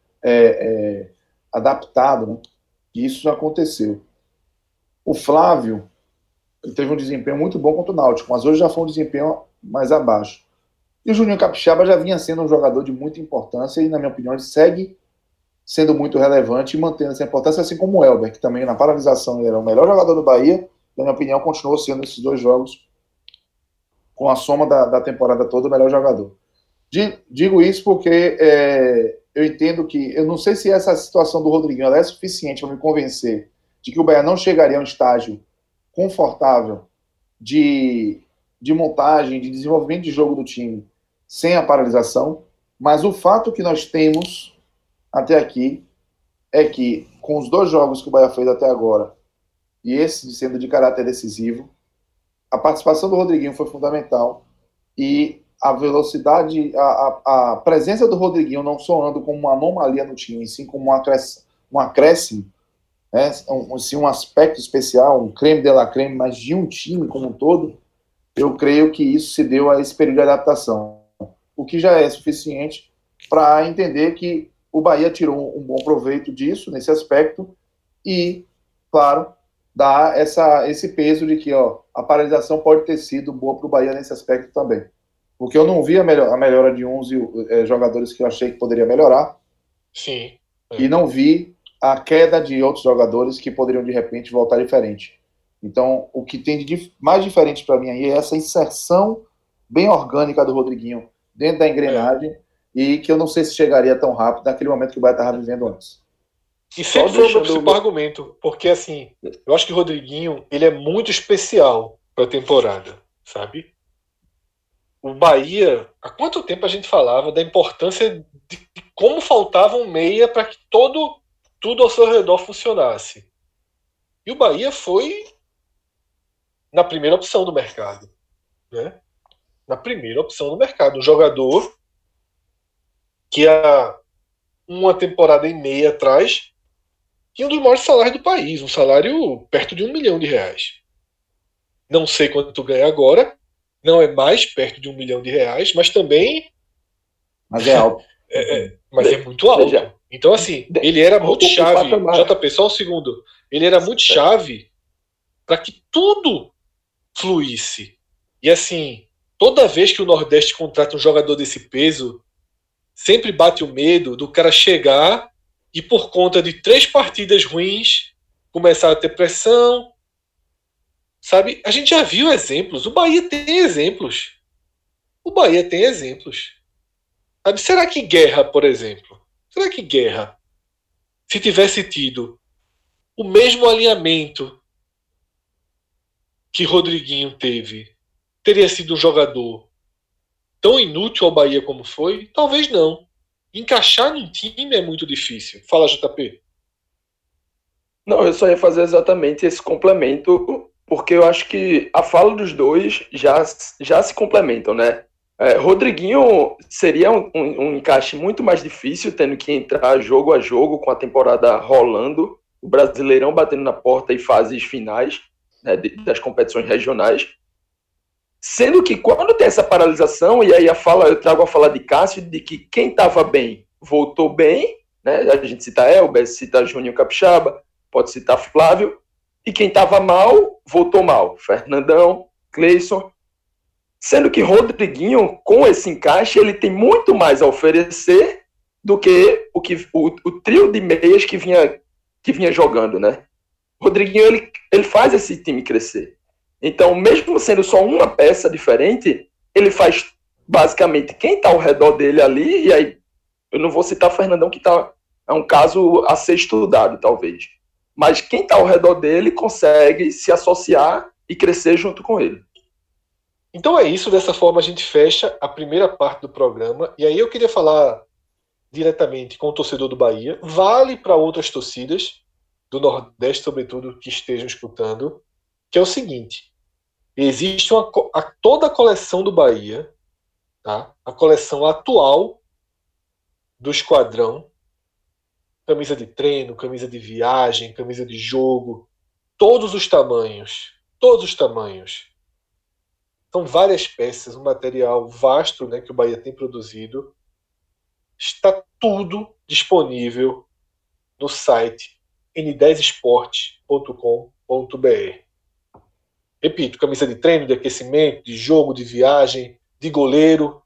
adaptado, né? E isso já aconteceu. O Flávio teve um desempenho muito bom contra o Náutico, mas hoje já foi um desempenho mais abaixo. E o Juninho Capixaba já vinha sendo um jogador de muita importância e, na minha opinião, ele segue sendo muito relevante e mantendo essa importância, assim como o Elber, que também na paralisação ele era o melhor jogador do Bahia, na minha opinião, continuou sendo esses 2 jogos, com a soma da temporada toda, o melhor jogador. Digo isso porque eu entendo que, eu não sei se essa situação do Rodriguinho é suficiente para me convencer de que o Bahia não chegaria a um estágio confortável de montagem, de desenvolvimento de jogo do time sem a paralisação, mas o fato que nós temos até aqui é que, com os 2 jogos que o Bahia fez até agora, e esse sendo de caráter decisivo, a participação do Rodriguinho foi fundamental e a velocidade, a presença do Rodriguinho não soando como uma anomalia no time, sim como um acréscimo, né? Um aspecto especial, um creme de la creme, mas de um time como um todo, eu creio que isso se deu a esse período de adaptação, o que já é suficiente para entender que o Bahia tirou um bom proveito disso, nesse aspecto, e, claro, dá esse peso de que a paralisação pode ter sido boa para o Bahia nesse aspecto também. Porque eu não vi a melhora de 11 jogadores que eu achei que poderia melhorar. Sim. E não vi a queda de outros jogadores que poderiam, de repente, voltar diferente. Então, o que tem de mais diferente para mim aí é essa inserção bem orgânica do Rodriguinho dentro da engrenagem e que eu não sei se chegaria tão rápido naquele momento que o Bahia estava vivendo antes. E sempre foi o meu principal argumento, porque assim, eu acho que o Rodriguinho, ele é muito especial para a temporada, sabe? O Bahia, há quanto tempo a gente falava da importância de como faltava um meia para que tudo ao seu redor funcionasse. E o Bahia foi na primeira opção do mercado, né? Na primeira opção do mercado, um jogador que há uma temporada e meia atrás tinha um dos maiores salários do país, um salário perto de R$1 milhão. Não sei quanto tu ganha agora, não é mais perto de R$1 milhão, mas também... Mas é alto. Mas é muito alto. Então, assim, ele era muito chave. JP, só um segundo. Ele era muito chave para que tudo fluísse. E, assim, toda vez que o Nordeste contrata um jogador desse peso, sempre bate o medo do cara chegar e, por conta de 3 partidas ruins, começar a ter pressão. Sabe? A gente já viu exemplos. O Bahia tem exemplos. Sabe? Será que Guerra, por exemplo? Será que Guerra, se tivesse tido o mesmo alinhamento que Rodriguinho teve, teria sido um jogador tão inútil ao Bahia como foi? Talvez não. Encaixar num time é muito difícil. Fala, JP. Não, eu só ia fazer exatamente esse complemento, porque eu acho que a fala dos dois já se complementam, né? Rodriguinho seria um encaixe muito mais difícil, tendo que entrar jogo a jogo, com a temporada rolando, o Brasileirão batendo na porta e fases finais, né, das competições regionais. Sendo que quando tem essa paralisação, e aí eu trago a fala de Cássio, de que quem estava bem voltou bem, né? A gente cita Elber, cita Juninho Capixaba, pode citar Flávio, e quem estava mal, voltou mal. Fernandão, Cleison. Sendo que Rodriguinho, com esse encaixe, ele tem muito mais a oferecer do que o trio de meias que vinha jogando, né? Rodriguinho, ele faz esse time crescer. Então, mesmo sendo só uma peça diferente, ele faz basicamente quem está ao redor dele ali, e aí eu não vou citar Fernandão, que é um caso a ser estudado, talvez. Mas quem está ao redor dele consegue se associar e crescer junto com ele. Então é isso, dessa forma a gente fecha a primeira parte do programa. E aí eu queria falar diretamente com o torcedor do Bahia. Vale para outras torcidas do Nordeste, sobretudo, que estejam escutando, que é o seguinte: existe toda a coleção do Bahia, tá? A coleção atual do esquadrão, camisa de treino, camisa de viagem, camisa de jogo, todos os tamanhos. Todos os tamanhos. São várias peças, um material vasto, né, que o Bahia tem produzido. Está tudo disponível no site n10esporte.com.br. Repito, camisa de treino, de aquecimento, de jogo, de viagem, de goleiro,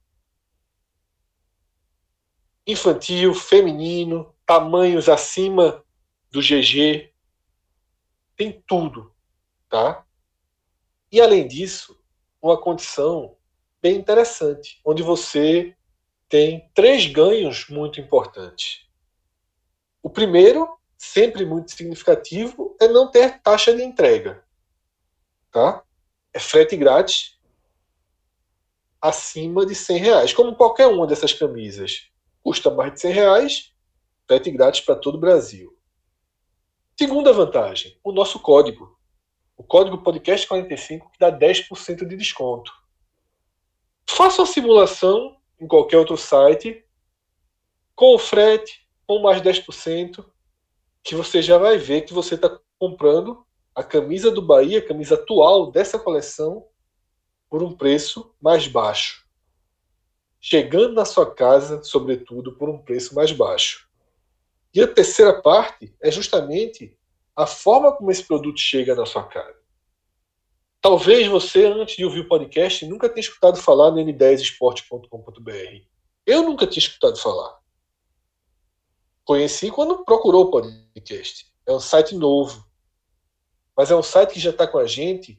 infantil, feminino, tamanhos acima do GG, tem tudo, tá? E além disso, uma condição bem interessante, onde você tem 3 ganhos muito importantes. O primeiro, sempre muito significativo, é não ter taxa de entrega, tá? É frete grátis acima de R$100, como qualquer uma dessas camisas custa mais de R$100, frete grátis para todo o Brasil. Segunda vantagem, o nosso código. O código podcast45 que dá 10% de desconto. Faça uma simulação em qualquer outro site com o frete, com mais 10%, que você já vai ver que você está comprando a camisa do Bahia, a camisa atual dessa coleção, por um preço mais baixo. Chegando na sua casa, sobretudo, por um preço mais baixo. E a terceira parte é justamente a forma como esse produto chega na sua casa. Talvez você, antes de ouvir o podcast, nunca tenha escutado falar no n10esporte.com.br. Eu nunca tinha escutado falar. Conheci quando procurou o podcast. É um site novo. Mas é um site que já está com a gente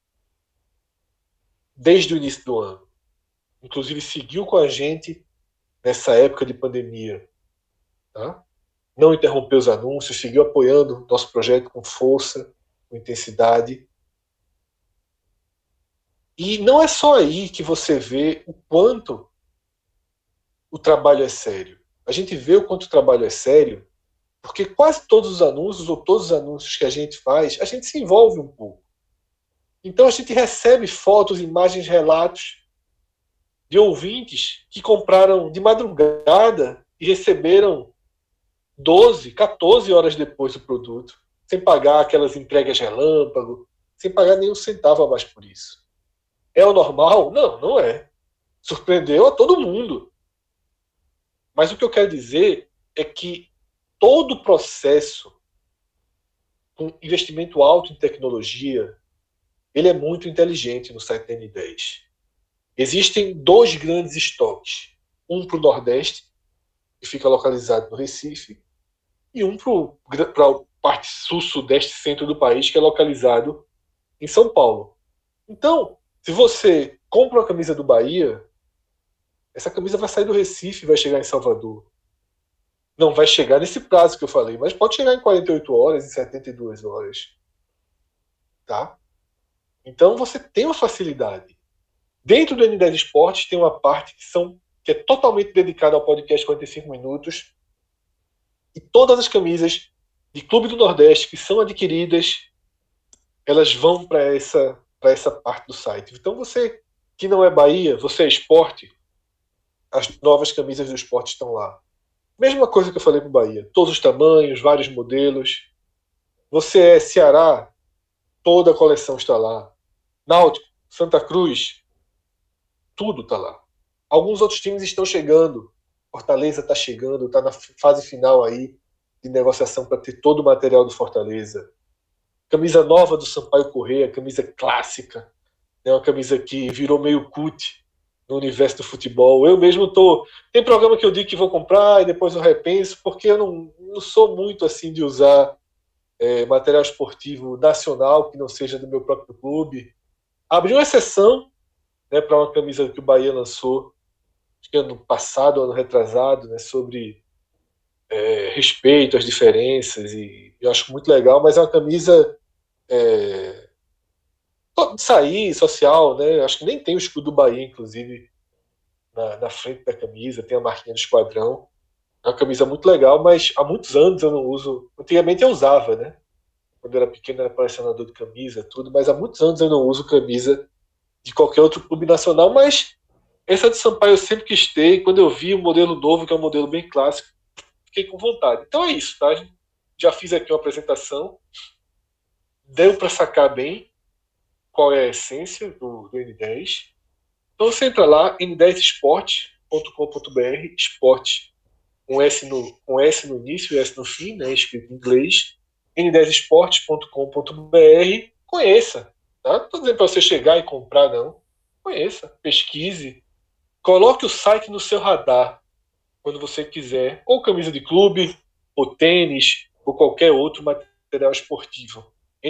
desde o início do ano. Inclusive seguiu com a gente nessa época de pandemia. Tá? Não interrompeu os anúncios, seguiu apoiando o nosso projeto com força, com intensidade. E não é só aí que você vê o quanto o trabalho é sério. A gente vê o quanto o trabalho é sério porque quase todos os anúncios, ou todos os anúncios que a gente faz, a gente se envolve um pouco. Então a gente recebe fotos, imagens, relatos de ouvintes que compraram de madrugada e receberam 12, 14 horas depois do produto, sem pagar aquelas entregas relâmpago, sem pagar nenhum centavo a mais por isso. É o normal? Não, não é. Surpreendeu a todo mundo. Mas o que eu quero dizer é que todo o processo com investimento alto em tecnologia, ele é muito inteligente no site da N10. Existem 2 grandes estoques. Um para o Nordeste, que fica localizado no Recife, e um para a parte sul, sudeste, centro do país, que é localizado em São Paulo. Então, se você compra uma camisa do Bahia, essa camisa vai sair do Recife e vai chegar em Salvador. Não vai chegar nesse prazo que eu falei, mas pode chegar em 48 horas, em 72 horas. Tá? Então você tem uma facilidade. Dentro do N10 Esportes tem uma parte que é totalmente dedicada ao podcast 45 minutos. E todas as camisas de Clube do Nordeste que são adquiridas, elas vão para essa parte do site. Então você que não é Bahia, você é esporte, as novas camisas do esporte estão lá. Mesma coisa que eu falei para o Bahia. Todos os tamanhos, vários modelos. Você é Ceará, toda a coleção está lá. Náutico, Santa Cruz, tudo está lá. Alguns outros times estão chegando. Fortaleza está chegando, está na fase final aí de negociação para ter todo o material do Fortaleza. Camisa nova do Sampaio Corrêa, camisa clássica. Né, uma camisa que virou meio cult no universo do futebol. Eu mesmo tem programa que eu digo que vou comprar e depois eu repenso, porque eu não sou muito assim de usar material esportivo nacional que não seja do meu próprio clube. Abri uma exceção, né, para uma camisa que o Bahia lançou, acho que ano passado, ano retrasado, né, sobre respeito às diferenças, e eu acho muito legal, mas é uma camisa de sair, social, né? Acho que nem tem o escudo do Bahia, inclusive, na frente da camisa, tem a marquinha do esquadrão. É uma camisa muito legal, mas há muitos anos eu não uso. Antigamente eu usava, né? Quando eu era pequeno era colecionador de camisa, tudo, mas há muitos anos eu não uso camisa de qualquer outro clube nacional, mas essa de Sampaio eu sempre quis ter, e quando eu vi o modelo novo, que é um modelo bem clássico, fiquei com vontade. Então é isso, tá? Já fiz aqui uma apresentação. deu para sacar bem qual é a essência do N10. Então você entra lá, n10esporte.com.br, esporte com S no início e S no fim, né, escrito em inglês, n10esporte.com.br, conheça. Tá? Não estou dizendo para você chegar e comprar, não. Conheça, pesquise, coloque o site no seu radar quando você quiser, ou camisa de clube, ou tênis, ou qualquer outro material esportivo.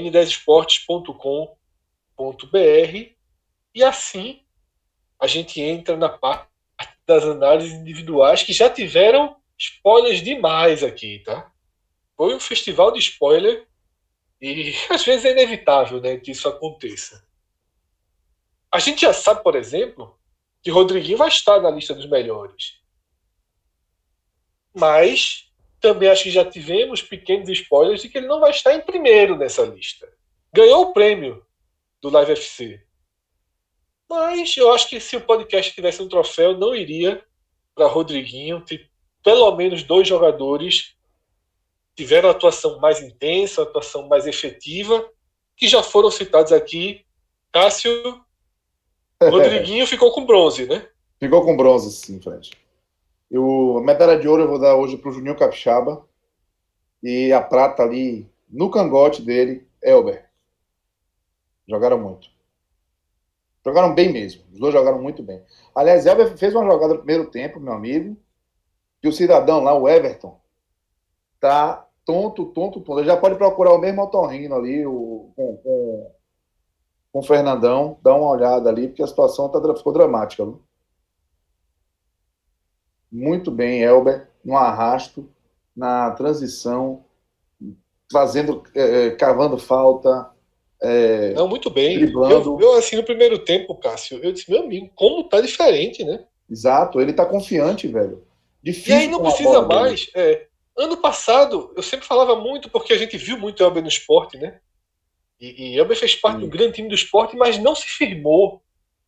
n10esportes.com.br, e assim a gente entra na parte das análises individuais, que já tiveram spoilers demais aqui, tá? Foi um festival de spoiler e às vezes é inevitável, né, que isso aconteça. A gente já sabe, por exemplo, que Rodriguinho vai estar na lista dos melhores. Mas também acho que já tivemos pequenos spoilers de que ele não vai estar em primeiro nessa lista. Ganhou o prêmio do Live FC. Mas eu acho que se o podcast tivesse um troféu, não iria para Rodriguinho. Pelo menos 2 jogadores tiveram a atuação mais intensa, a atuação mais efetiva, que já foram citados aqui. Cássio, Rodriguinho ficou com bronze, né? Ficou com bronze, sim, Fred. A medalha de ouro eu vou dar hoje para o Juninho Capixaba. E a prata ali, no cangote dele, Elber. Jogaram muito. Jogaram bem mesmo. Os dois jogaram muito bem. Aliás, Elber fez uma jogada no primeiro tempo, meu amigo, que o cidadão lá, o Everton, tá tonto. Ele já pode procurar o mesmo otorrino ali, com o Fernandão, dá uma olhada ali, porque a situação ficou dramática. Viu? Muito bem, Elber, no arrasto, na transição, cavando falta. Não, muito bem. Driblando. Eu, assim, no primeiro tempo, Cássio, eu disse, meu amigo, como tá diferente, né? Exato, ele tá confiante, velho. Difícil. E aí não precisa mais. Ano passado, eu sempre falava muito, porque a gente viu muito Elber no esporte, né? E Elber fez parte do grande time do esporte, mas não se firmou.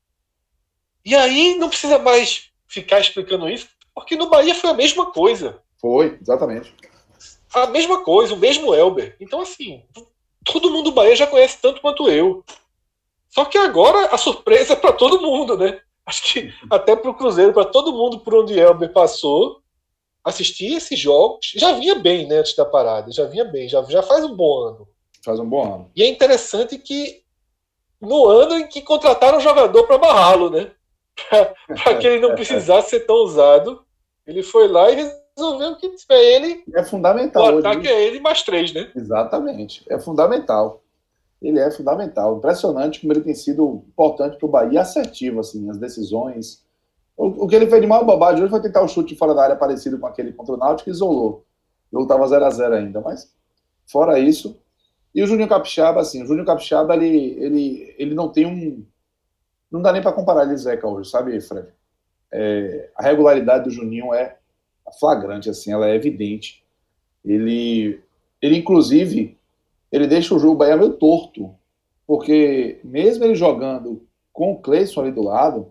E aí não precisa mais ficar explicando isso, porque no Bahia foi a mesma coisa. Foi, exatamente. A mesma coisa, o mesmo Elber. Então, assim, todo mundo do Bahia já conhece tanto quanto eu. Só que agora a surpresa é para todo mundo, né? Acho que até para o Cruzeiro, para todo mundo por onde Elber passou, assistir esses jogos, já vinha bem, né, antes da parada, já vinha bem, já faz um bom ano. Faz um bom ano. E é interessante que no ano em que contrataram um jogador para barrá-lo, né? Para que ele não precisasse ser tão usado, ele foi lá e resolveu que ele. É fundamental. O ataque é ele mais 3, né? Exatamente. É fundamental. Ele é fundamental. Impressionante como ele tem sido importante para o Bahia, assertivo, assim, as decisões. O que ele fez de maior bobagem hoje foi tentar o chute fora da área parecido com aquele contra o Náutico e isolou. O jogo estava 0-0 ainda, mas fora isso. E o Juninho Capixaba, assim, o Juninho Capixaba, ele não tem um... Não dá nem para comparar ele e Zeca hoje, sabe, Fred? A regularidade do Juninho é flagrante, assim, ela é evidente. Ele inclusive, ele deixa o jogo Bahia meio torto, porque mesmo ele jogando com o Cleison ali do lado,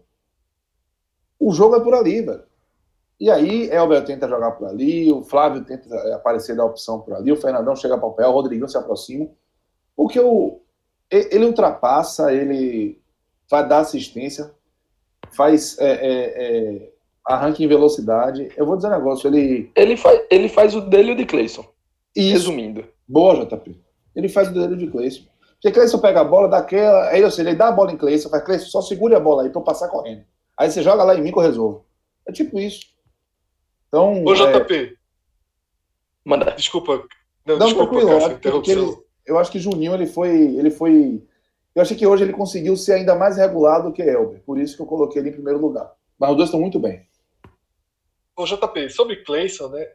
o jogo é por ali, velho. E aí, Elber tenta jogar por ali, o Flávio tenta aparecer da opção por ali, o Fernandão chega para o pé, o Rodriguinho se aproxima, porque ele ultrapassa, ele vai dar assistência, faz arranque em velocidade. Eu vou dizer um negócio, ele faz o dele e o de Cleison. Resumindo. Boa, JP. Ele faz o dele e o de Cleison. Porque Cleison pega a bola daquela, aí, ou seja, ele dá a bola em Cleison, faz Cleison, só segure a bola aí pra eu passar correndo. Aí você joga lá em mim que eu resolvo. É tipo isso. Então, ô, JP. Manda. Desculpa. Não, desculpa, Cássio, interrupção. Eu acho que Juninho, ele foi... Eu achei que hoje ele conseguiu ser ainda mais regular do que Elber. Por isso que eu coloquei ele em primeiro lugar. Mas os dois estão muito bem. Ô, JP, sobre Cleison, né?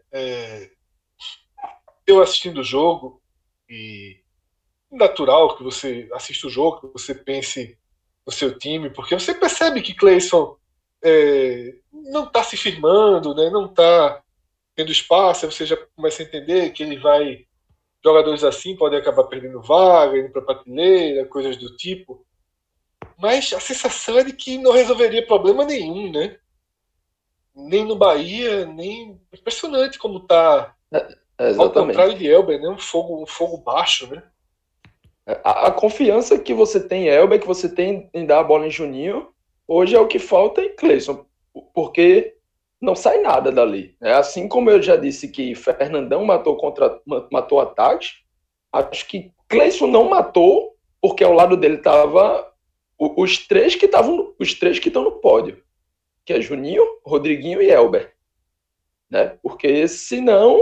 Eu assistindo o jogo, e natural que você assista o jogo, que você pense no seu time, porque você percebe que Cleison não está se firmando, né? Não está tendo espaço, aí você já começa a entender que ele vai... Jogadores assim podem acabar perdendo vaga, indo para prateleira, coisas do tipo. Mas a sensação é de que não resolveria problema nenhum, né? Nem no Bahia, nem... Impressionante como está... Ao contrário de Elber, né? Um fogo baixo, né? A confiança que você tem em Elber, que você tem em dar a bola em Juninho, hoje é o que falta em Cleison, porque não sai nada dali. Assim como eu já disse que Fernandão matou ataques, acho que Cleison não matou, porque ao lado dele estava os três que estão no pódio, que é Juninho, Rodriguinho e Elber. Né? Porque senão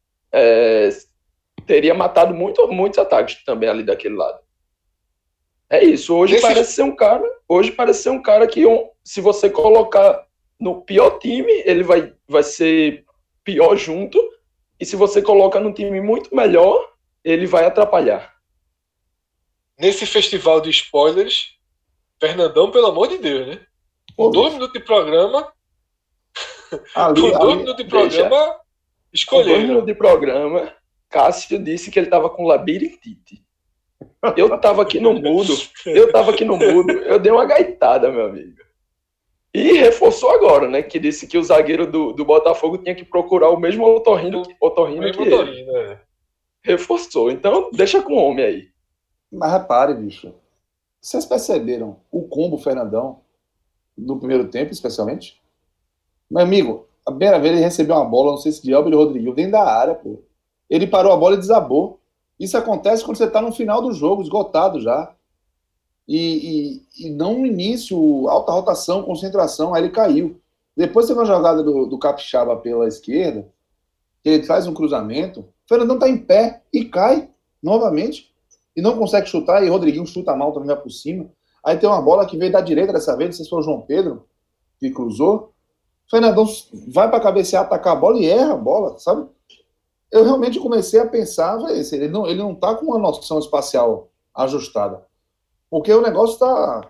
teria matado muitos ataques também ali daquele lado. É isso. Hoje parece ser um cara que, se você colocar no pior time, ele vai ser pior junto. E se você coloca num time muito melhor, ele vai atrapalhar. Nesse festival de spoilers, Fernandão, pelo amor de Deus, né? Com 2 minutos de programa. Com 2 minutos de programa, escolheram. Com 2 minutos de programa, Cássio disse que ele estava com labirintite. Eu estava aqui no mudo, eu dei uma gaitada, meu amigo. E reforçou agora, né? Que disse que o zagueiro do Botafogo tinha que procurar o mesmo otorrino que ele. É. Reforçou. Então, deixa com o homem aí. Mas repare, bicho. Vocês perceberam o combo Fernandão no primeiro tempo, especialmente? Meu amigo, a primeira vez ele recebeu uma bola, não sei se de Elber ou Rodriguinho, dentro da área, pô. Ele parou a bola e desabou. Isso acontece quando você está no final do jogo, esgotado já. E não no início, alta rotação, concentração, aí ele caiu. Depois teve uma jogada do Capixaba pela esquerda, que ele faz um cruzamento, o Fernandão está em pé e cai novamente, e não consegue chutar, e o Rodriguinho chuta mal, também vai por cima. Aí tem uma bola que veio da direita dessa vez, não sei se foi o João Pedro que cruzou. O Fernandão vai para cabecear, atacar a bola e erra a bola, sabe? Eu realmente comecei a pensar, ele não tá com uma noção espacial ajustada. Porque o negócio está...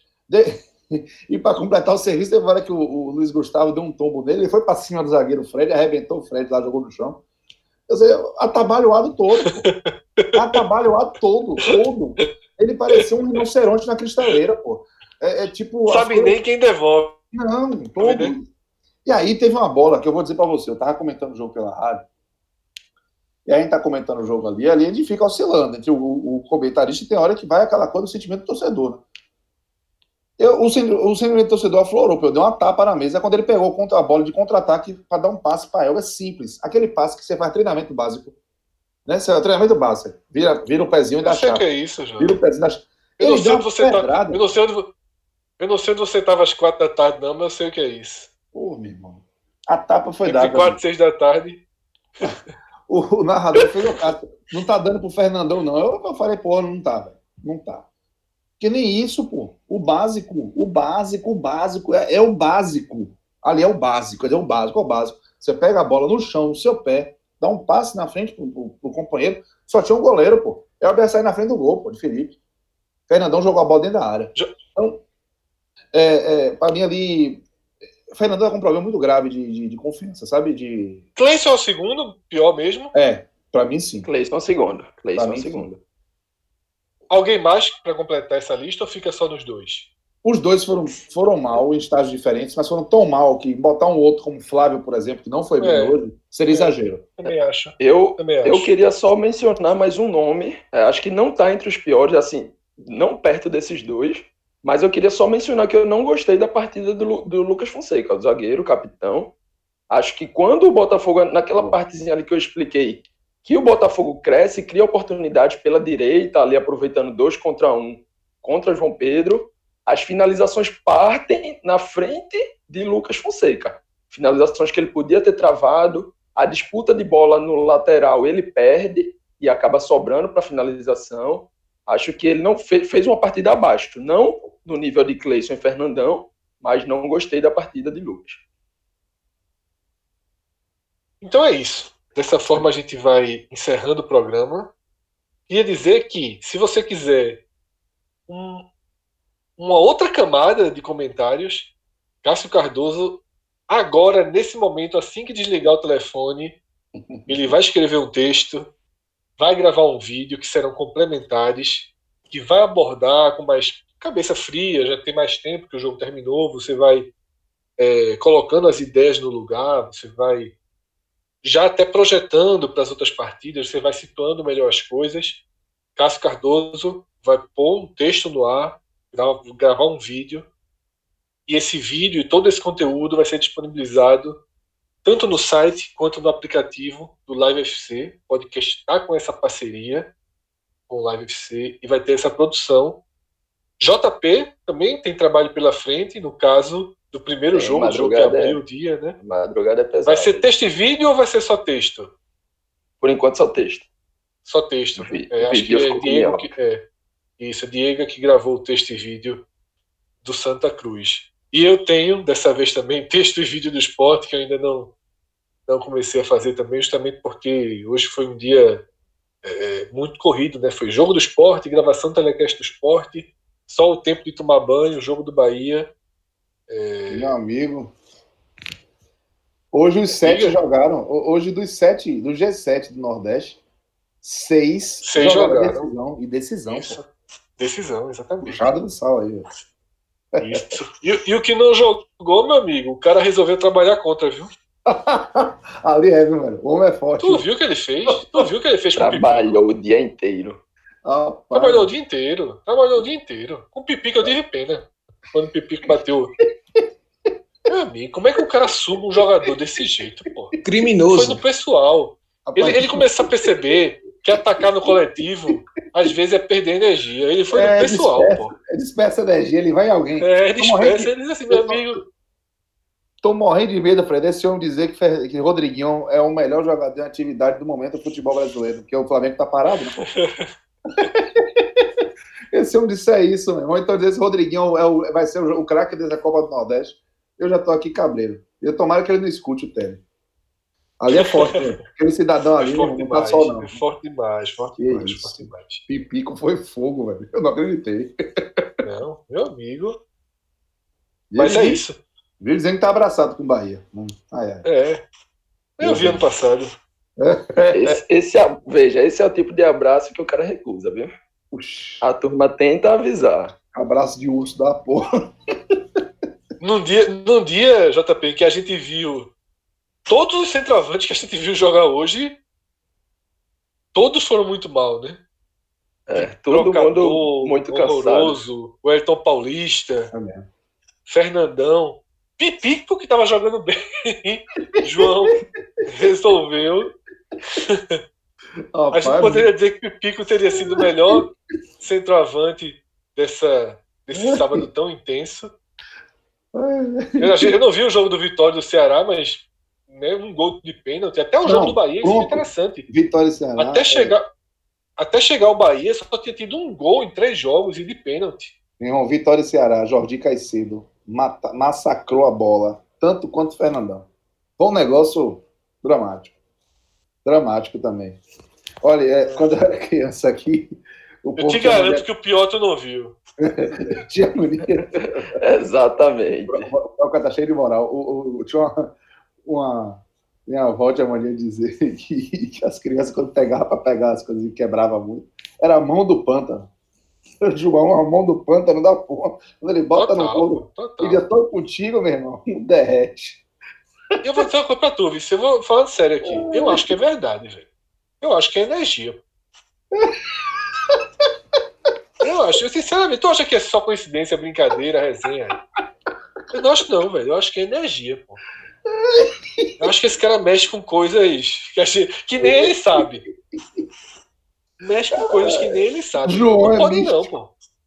E para completar o serviço, teve hora que o Luiz Gustavo deu um tombo nele, ele foi para cima do zagueiro Fred, arrebentou o Fred lá, jogou no chão. Quer dizer, atabalhoado todo. Atabalhoado todo. Ele parecia um rinoceronte na cristaleira, pô. Tipo... Sabe nem quem devolve. Não, todo. E aí teve uma bola que eu vou dizer para você, eu tava comentando o jogo pela rádio, e aí a gente tá comentando o jogo ali a gente fica oscilando entre o comentarista e tem hora que vai aquela coisa do sentimento do torcedor, né? O sentimento do torcedor aflorou, eu dei uma tapa na mesa quando ele pegou a bola de contra-ataque para dar um passe para Elber, simples. Aquele passe que você faz treinamento básico. Né? Treinamento básico. Vira o pezinho e dá chave. Eu sei que é isso, João. Vira o pezinho e dá chave. Eu não sei onde você estava às 4 da tarde, não, mas eu sei o que é isso. Pô, meu irmão. A tapa foi dada. Entre 4 e 6 da tarde. O narrador fez o caso. Não tá dando pro Fernandão, não. Eu falei, pô, não tá, velho. Não tá. Porque nem isso, pô. O básico é o básico. Ali é o básico. Você pega a bola no chão, no seu pé, dá um passe na frente pro companheiro. Só tinha um goleiro, pô. É o Berçai na frente do gol, pô, de Felipe. Fernandão jogou a bola dentro da área. Então, pra mim ali... O Fernandão é com um problema muito grave de confiança, sabe? Cleison é o segundo, pior mesmo? Pra mim sim. Cleison é o segundo. Alguém mais para completar essa lista ou fica só nos dois? Os dois foram mal em estágios diferentes, mas foram tão mal que botar um outro como Flávio, por exemplo, que não foi bem hoje, seria exagero. Também acho. Eu queria só mencionar mais um nome, acho que não tá entre os piores, assim, não perto desses dois, mas eu queria só mencionar que eu não gostei da partida do Lucas Fonseca, o zagueiro, o capitão. Acho que quando o Botafogo, naquela partezinha ali que eu expliquei, que o Botafogo cresce, cria oportunidades pela direita, ali aproveitando 2 contra 1 contra João Pedro, as finalizações partem na frente de Lucas Fonseca. Finalizações que ele podia ter travado, a disputa de bola no lateral ele perde e acaba sobrando para finalização. Acho que ele não fez uma partida abaixo, não no nível de Cleison e Fernandão, mas não gostei da partida de Lucas. Então é isso. Dessa forma a gente vai encerrando o programa. Queria dizer que, se você quiser uma outra camada de comentários, Cássio Cardoso, agora, nesse momento, assim que desligar o telefone, ele vai escrever um texto, vai gravar um vídeo que serão complementares, que vai abordar com mais cabeça fria, já tem mais tempo que o jogo terminou, você vai colocando as ideias no lugar, você vai já até projetando para as outras partidas, você vai situando melhor as coisas. Cássio Cardoso vai pôr um texto no ar, gravar um vídeo, e esse vídeo e todo esse conteúdo vai ser disponibilizado tanto no site quanto no aplicativo do Live FC. O podcast está com essa parceria com o Live FC e vai ter essa produção. JP também tem trabalho pela frente, no caso do primeiro jogo, o jogo que abriu o dia, né? Madrugada é pesado. Vai ser texto e vídeo ou vai ser só texto? Por enquanto, só texto. Só texto. Acho que é Diego isso, Diego que gravou o texto e vídeo do Santa Cruz. E eu tenho, dessa vez também, texto e vídeo do Sport, que eu ainda não comecei a fazer também, justamente porque hoje foi um dia muito corrido, né? Foi jogo do Sport, gravação do telecast do Sport, só o tempo de tomar banho, jogo do Bahia. Meu amigo, hoje os 7 jogaram. Hoje do G7 do Nordeste, 6 jogaram. Decisão. Isso. Decisão, exatamente. Puxada do sal aí. Isso. E o que não jogou, meu amigo, o cara resolveu trabalhar contra, viu? Ali viu, mano? O homem é forte. Tu viu o que ele fez? Trabalhou o dia inteiro. Trabalhou o dia inteiro. Com o Pipico eu tive pena. Quando o Pipico bateu. Meu amigo, como é que o cara suba um jogador desse jeito, pô? Criminoso. Foi no pessoal. Ele começou a perceber que atacar no coletivo às vezes é perder energia. Ele foi no pessoal, pô. Dispersa energia, ele vai em alguém. Dispersa, ele diz assim, meu amigo. Tô morrendo de medo, Fred, desse homem dizer que Rodriguinho é o melhor jogador em atividade do momento do futebol brasileiro, porque o Flamengo tá parado, né? Esse homem disser isso, meu irmão. Então dizer que Rodriguinho vai ser o craque dessa Copa do Nordeste, eu já tô aqui cabreiro. Eu tomara que ele não escute o Tele. Ali é forte, né? Aquele cidadão ali não tá só, não. É forte demais. Pipico foi fogo, velho. Eu não acreditei. Não, meu amigo. Mas é isso. Viu dizendo que tá abraçado com o Bahia. Eu vi ano passado. Esse é o tipo de abraço que o cara recusa, viu? A turma tenta avisar. Abraço de urso da porra. Num dia, JP, que a gente viu todos os centroavantes que a gente viu jogar hoje, todos foram muito mal, né? Todo mundo muito horroroso, o Ayrton Paulista, Fernandão, Pipico que tava jogando bem, João resolveu. A gente poderia dizer que Pipico teria sido o melhor centroavante desse sábado tão intenso. Eu não vi o jogo do Vitória do Ceará, mas um gol de pênalti, até o jogo do Bahia, isso é interessante. Vitória e Ceará. Até chegar o Bahia, só tinha tido um gol em 3 jogos e de pênalti. Vitória e Ceará, Jordi Caicedo massacrou a bola, tanto quanto o Fernandão. Foi um negócio dramático. Dramático também. Olha, quando eu era criança aqui... Eu te garanto que o pior tu não viu. Tinha agonia. Exatamente. O cara tá cheio de moral. Tinha minha avó tinha mania de dizer que as crianças, quando pegavam para pegar as coisas e quebrava muito, era a mão do pântano. O João, a mão do pântano da porra. Quando ele bota no fogo, ele já tô contigo, meu irmão, derrete. Eu vou dizer uma coisa pra tu, eu vou falando sério aqui. Eu acho que é verdade, velho. Eu acho que é energia. Eu sinceramente, tu acha que é só coincidência, brincadeira, resenha? Eu não acho não, velho. Eu acho que é energia, pô. Eu acho que esse cara mexe com coisas que nem ele sabe. Mexe com coisas que nem ele sabe. João não pode não, pô.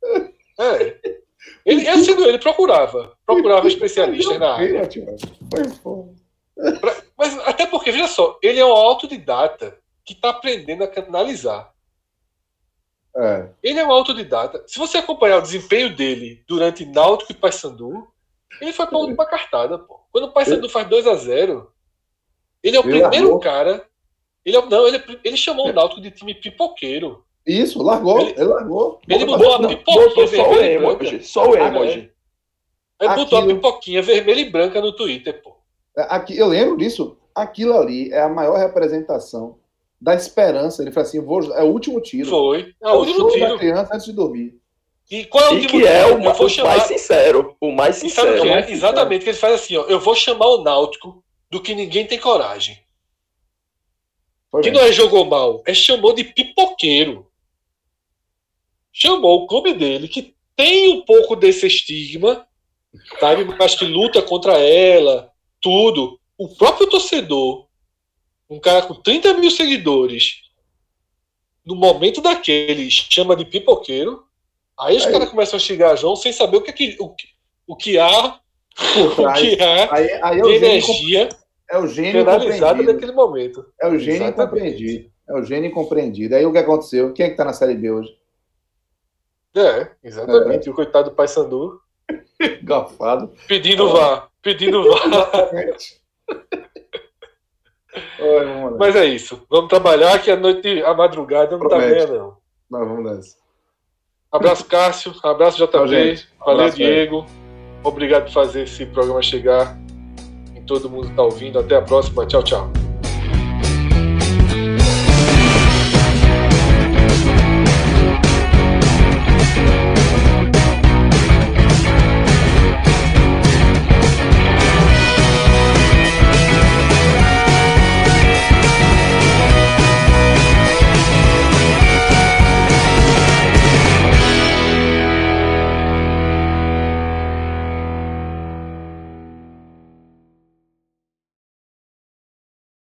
Ele procurava especialistas na área. Mas até porque, veja só, ele é um autodidata que está aprendendo a canalizar. Ele é um autodidata. Se você acompanhar o desempenho dele durante Náutico e Paysandu, ele foi para a última cartada, pô. Quando o Paysandu faz 2-0, ele é o primeiro cara. Ele chamou o Náutico de time pipoqueiro. Isso, largou. Ele largou. Ele mudou a pipoquinha vermelha e branca. Só o emoji. Ele botou a pipoquinha vermelha e branca no Twitter, pô. Eu lembro disso. Aquilo ali é a maior representação da esperança. Ele falou assim: é o último tiro. Foi. É o último tiro da criança antes de dormir. E qual é o último tiro? É o mais sincero. O mais sincero. Sabe o que é? Exatamente, que ele faz assim, ó. Eu vou chamar o Náutico do que ninguém tem coragem. Que não é jogou mal, chamou de pipoqueiro. chamou o clube dele, que tem um pouco desse estigma, sabe? Mas que luta contra ela, tudo. O próprio torcedor, um cara com 30 mil seguidores, no momento daquele, chama de pipoqueiro. Aí os caras começam a xingar João sem saber o que há aí de energia é o gênio penalizado naquele momento. É o gênio incompreendido. É o gênio incompreendido. Aí o que aconteceu? Quem é que tá na Série B hoje? Exatamente. E o coitado do Paysandu Gafado. pedindo vá. Exatamente. Mas é isso. Vamos trabalhar que a madrugada não tá ganha, não. Nós vamos nessa. Abraço, Cássio. Abraço, JB. Valeu, Abraço, Diego. Obrigado por fazer esse programa chegar em todo mundo que tá ouvindo. Até a próxima. Tchau, tchau.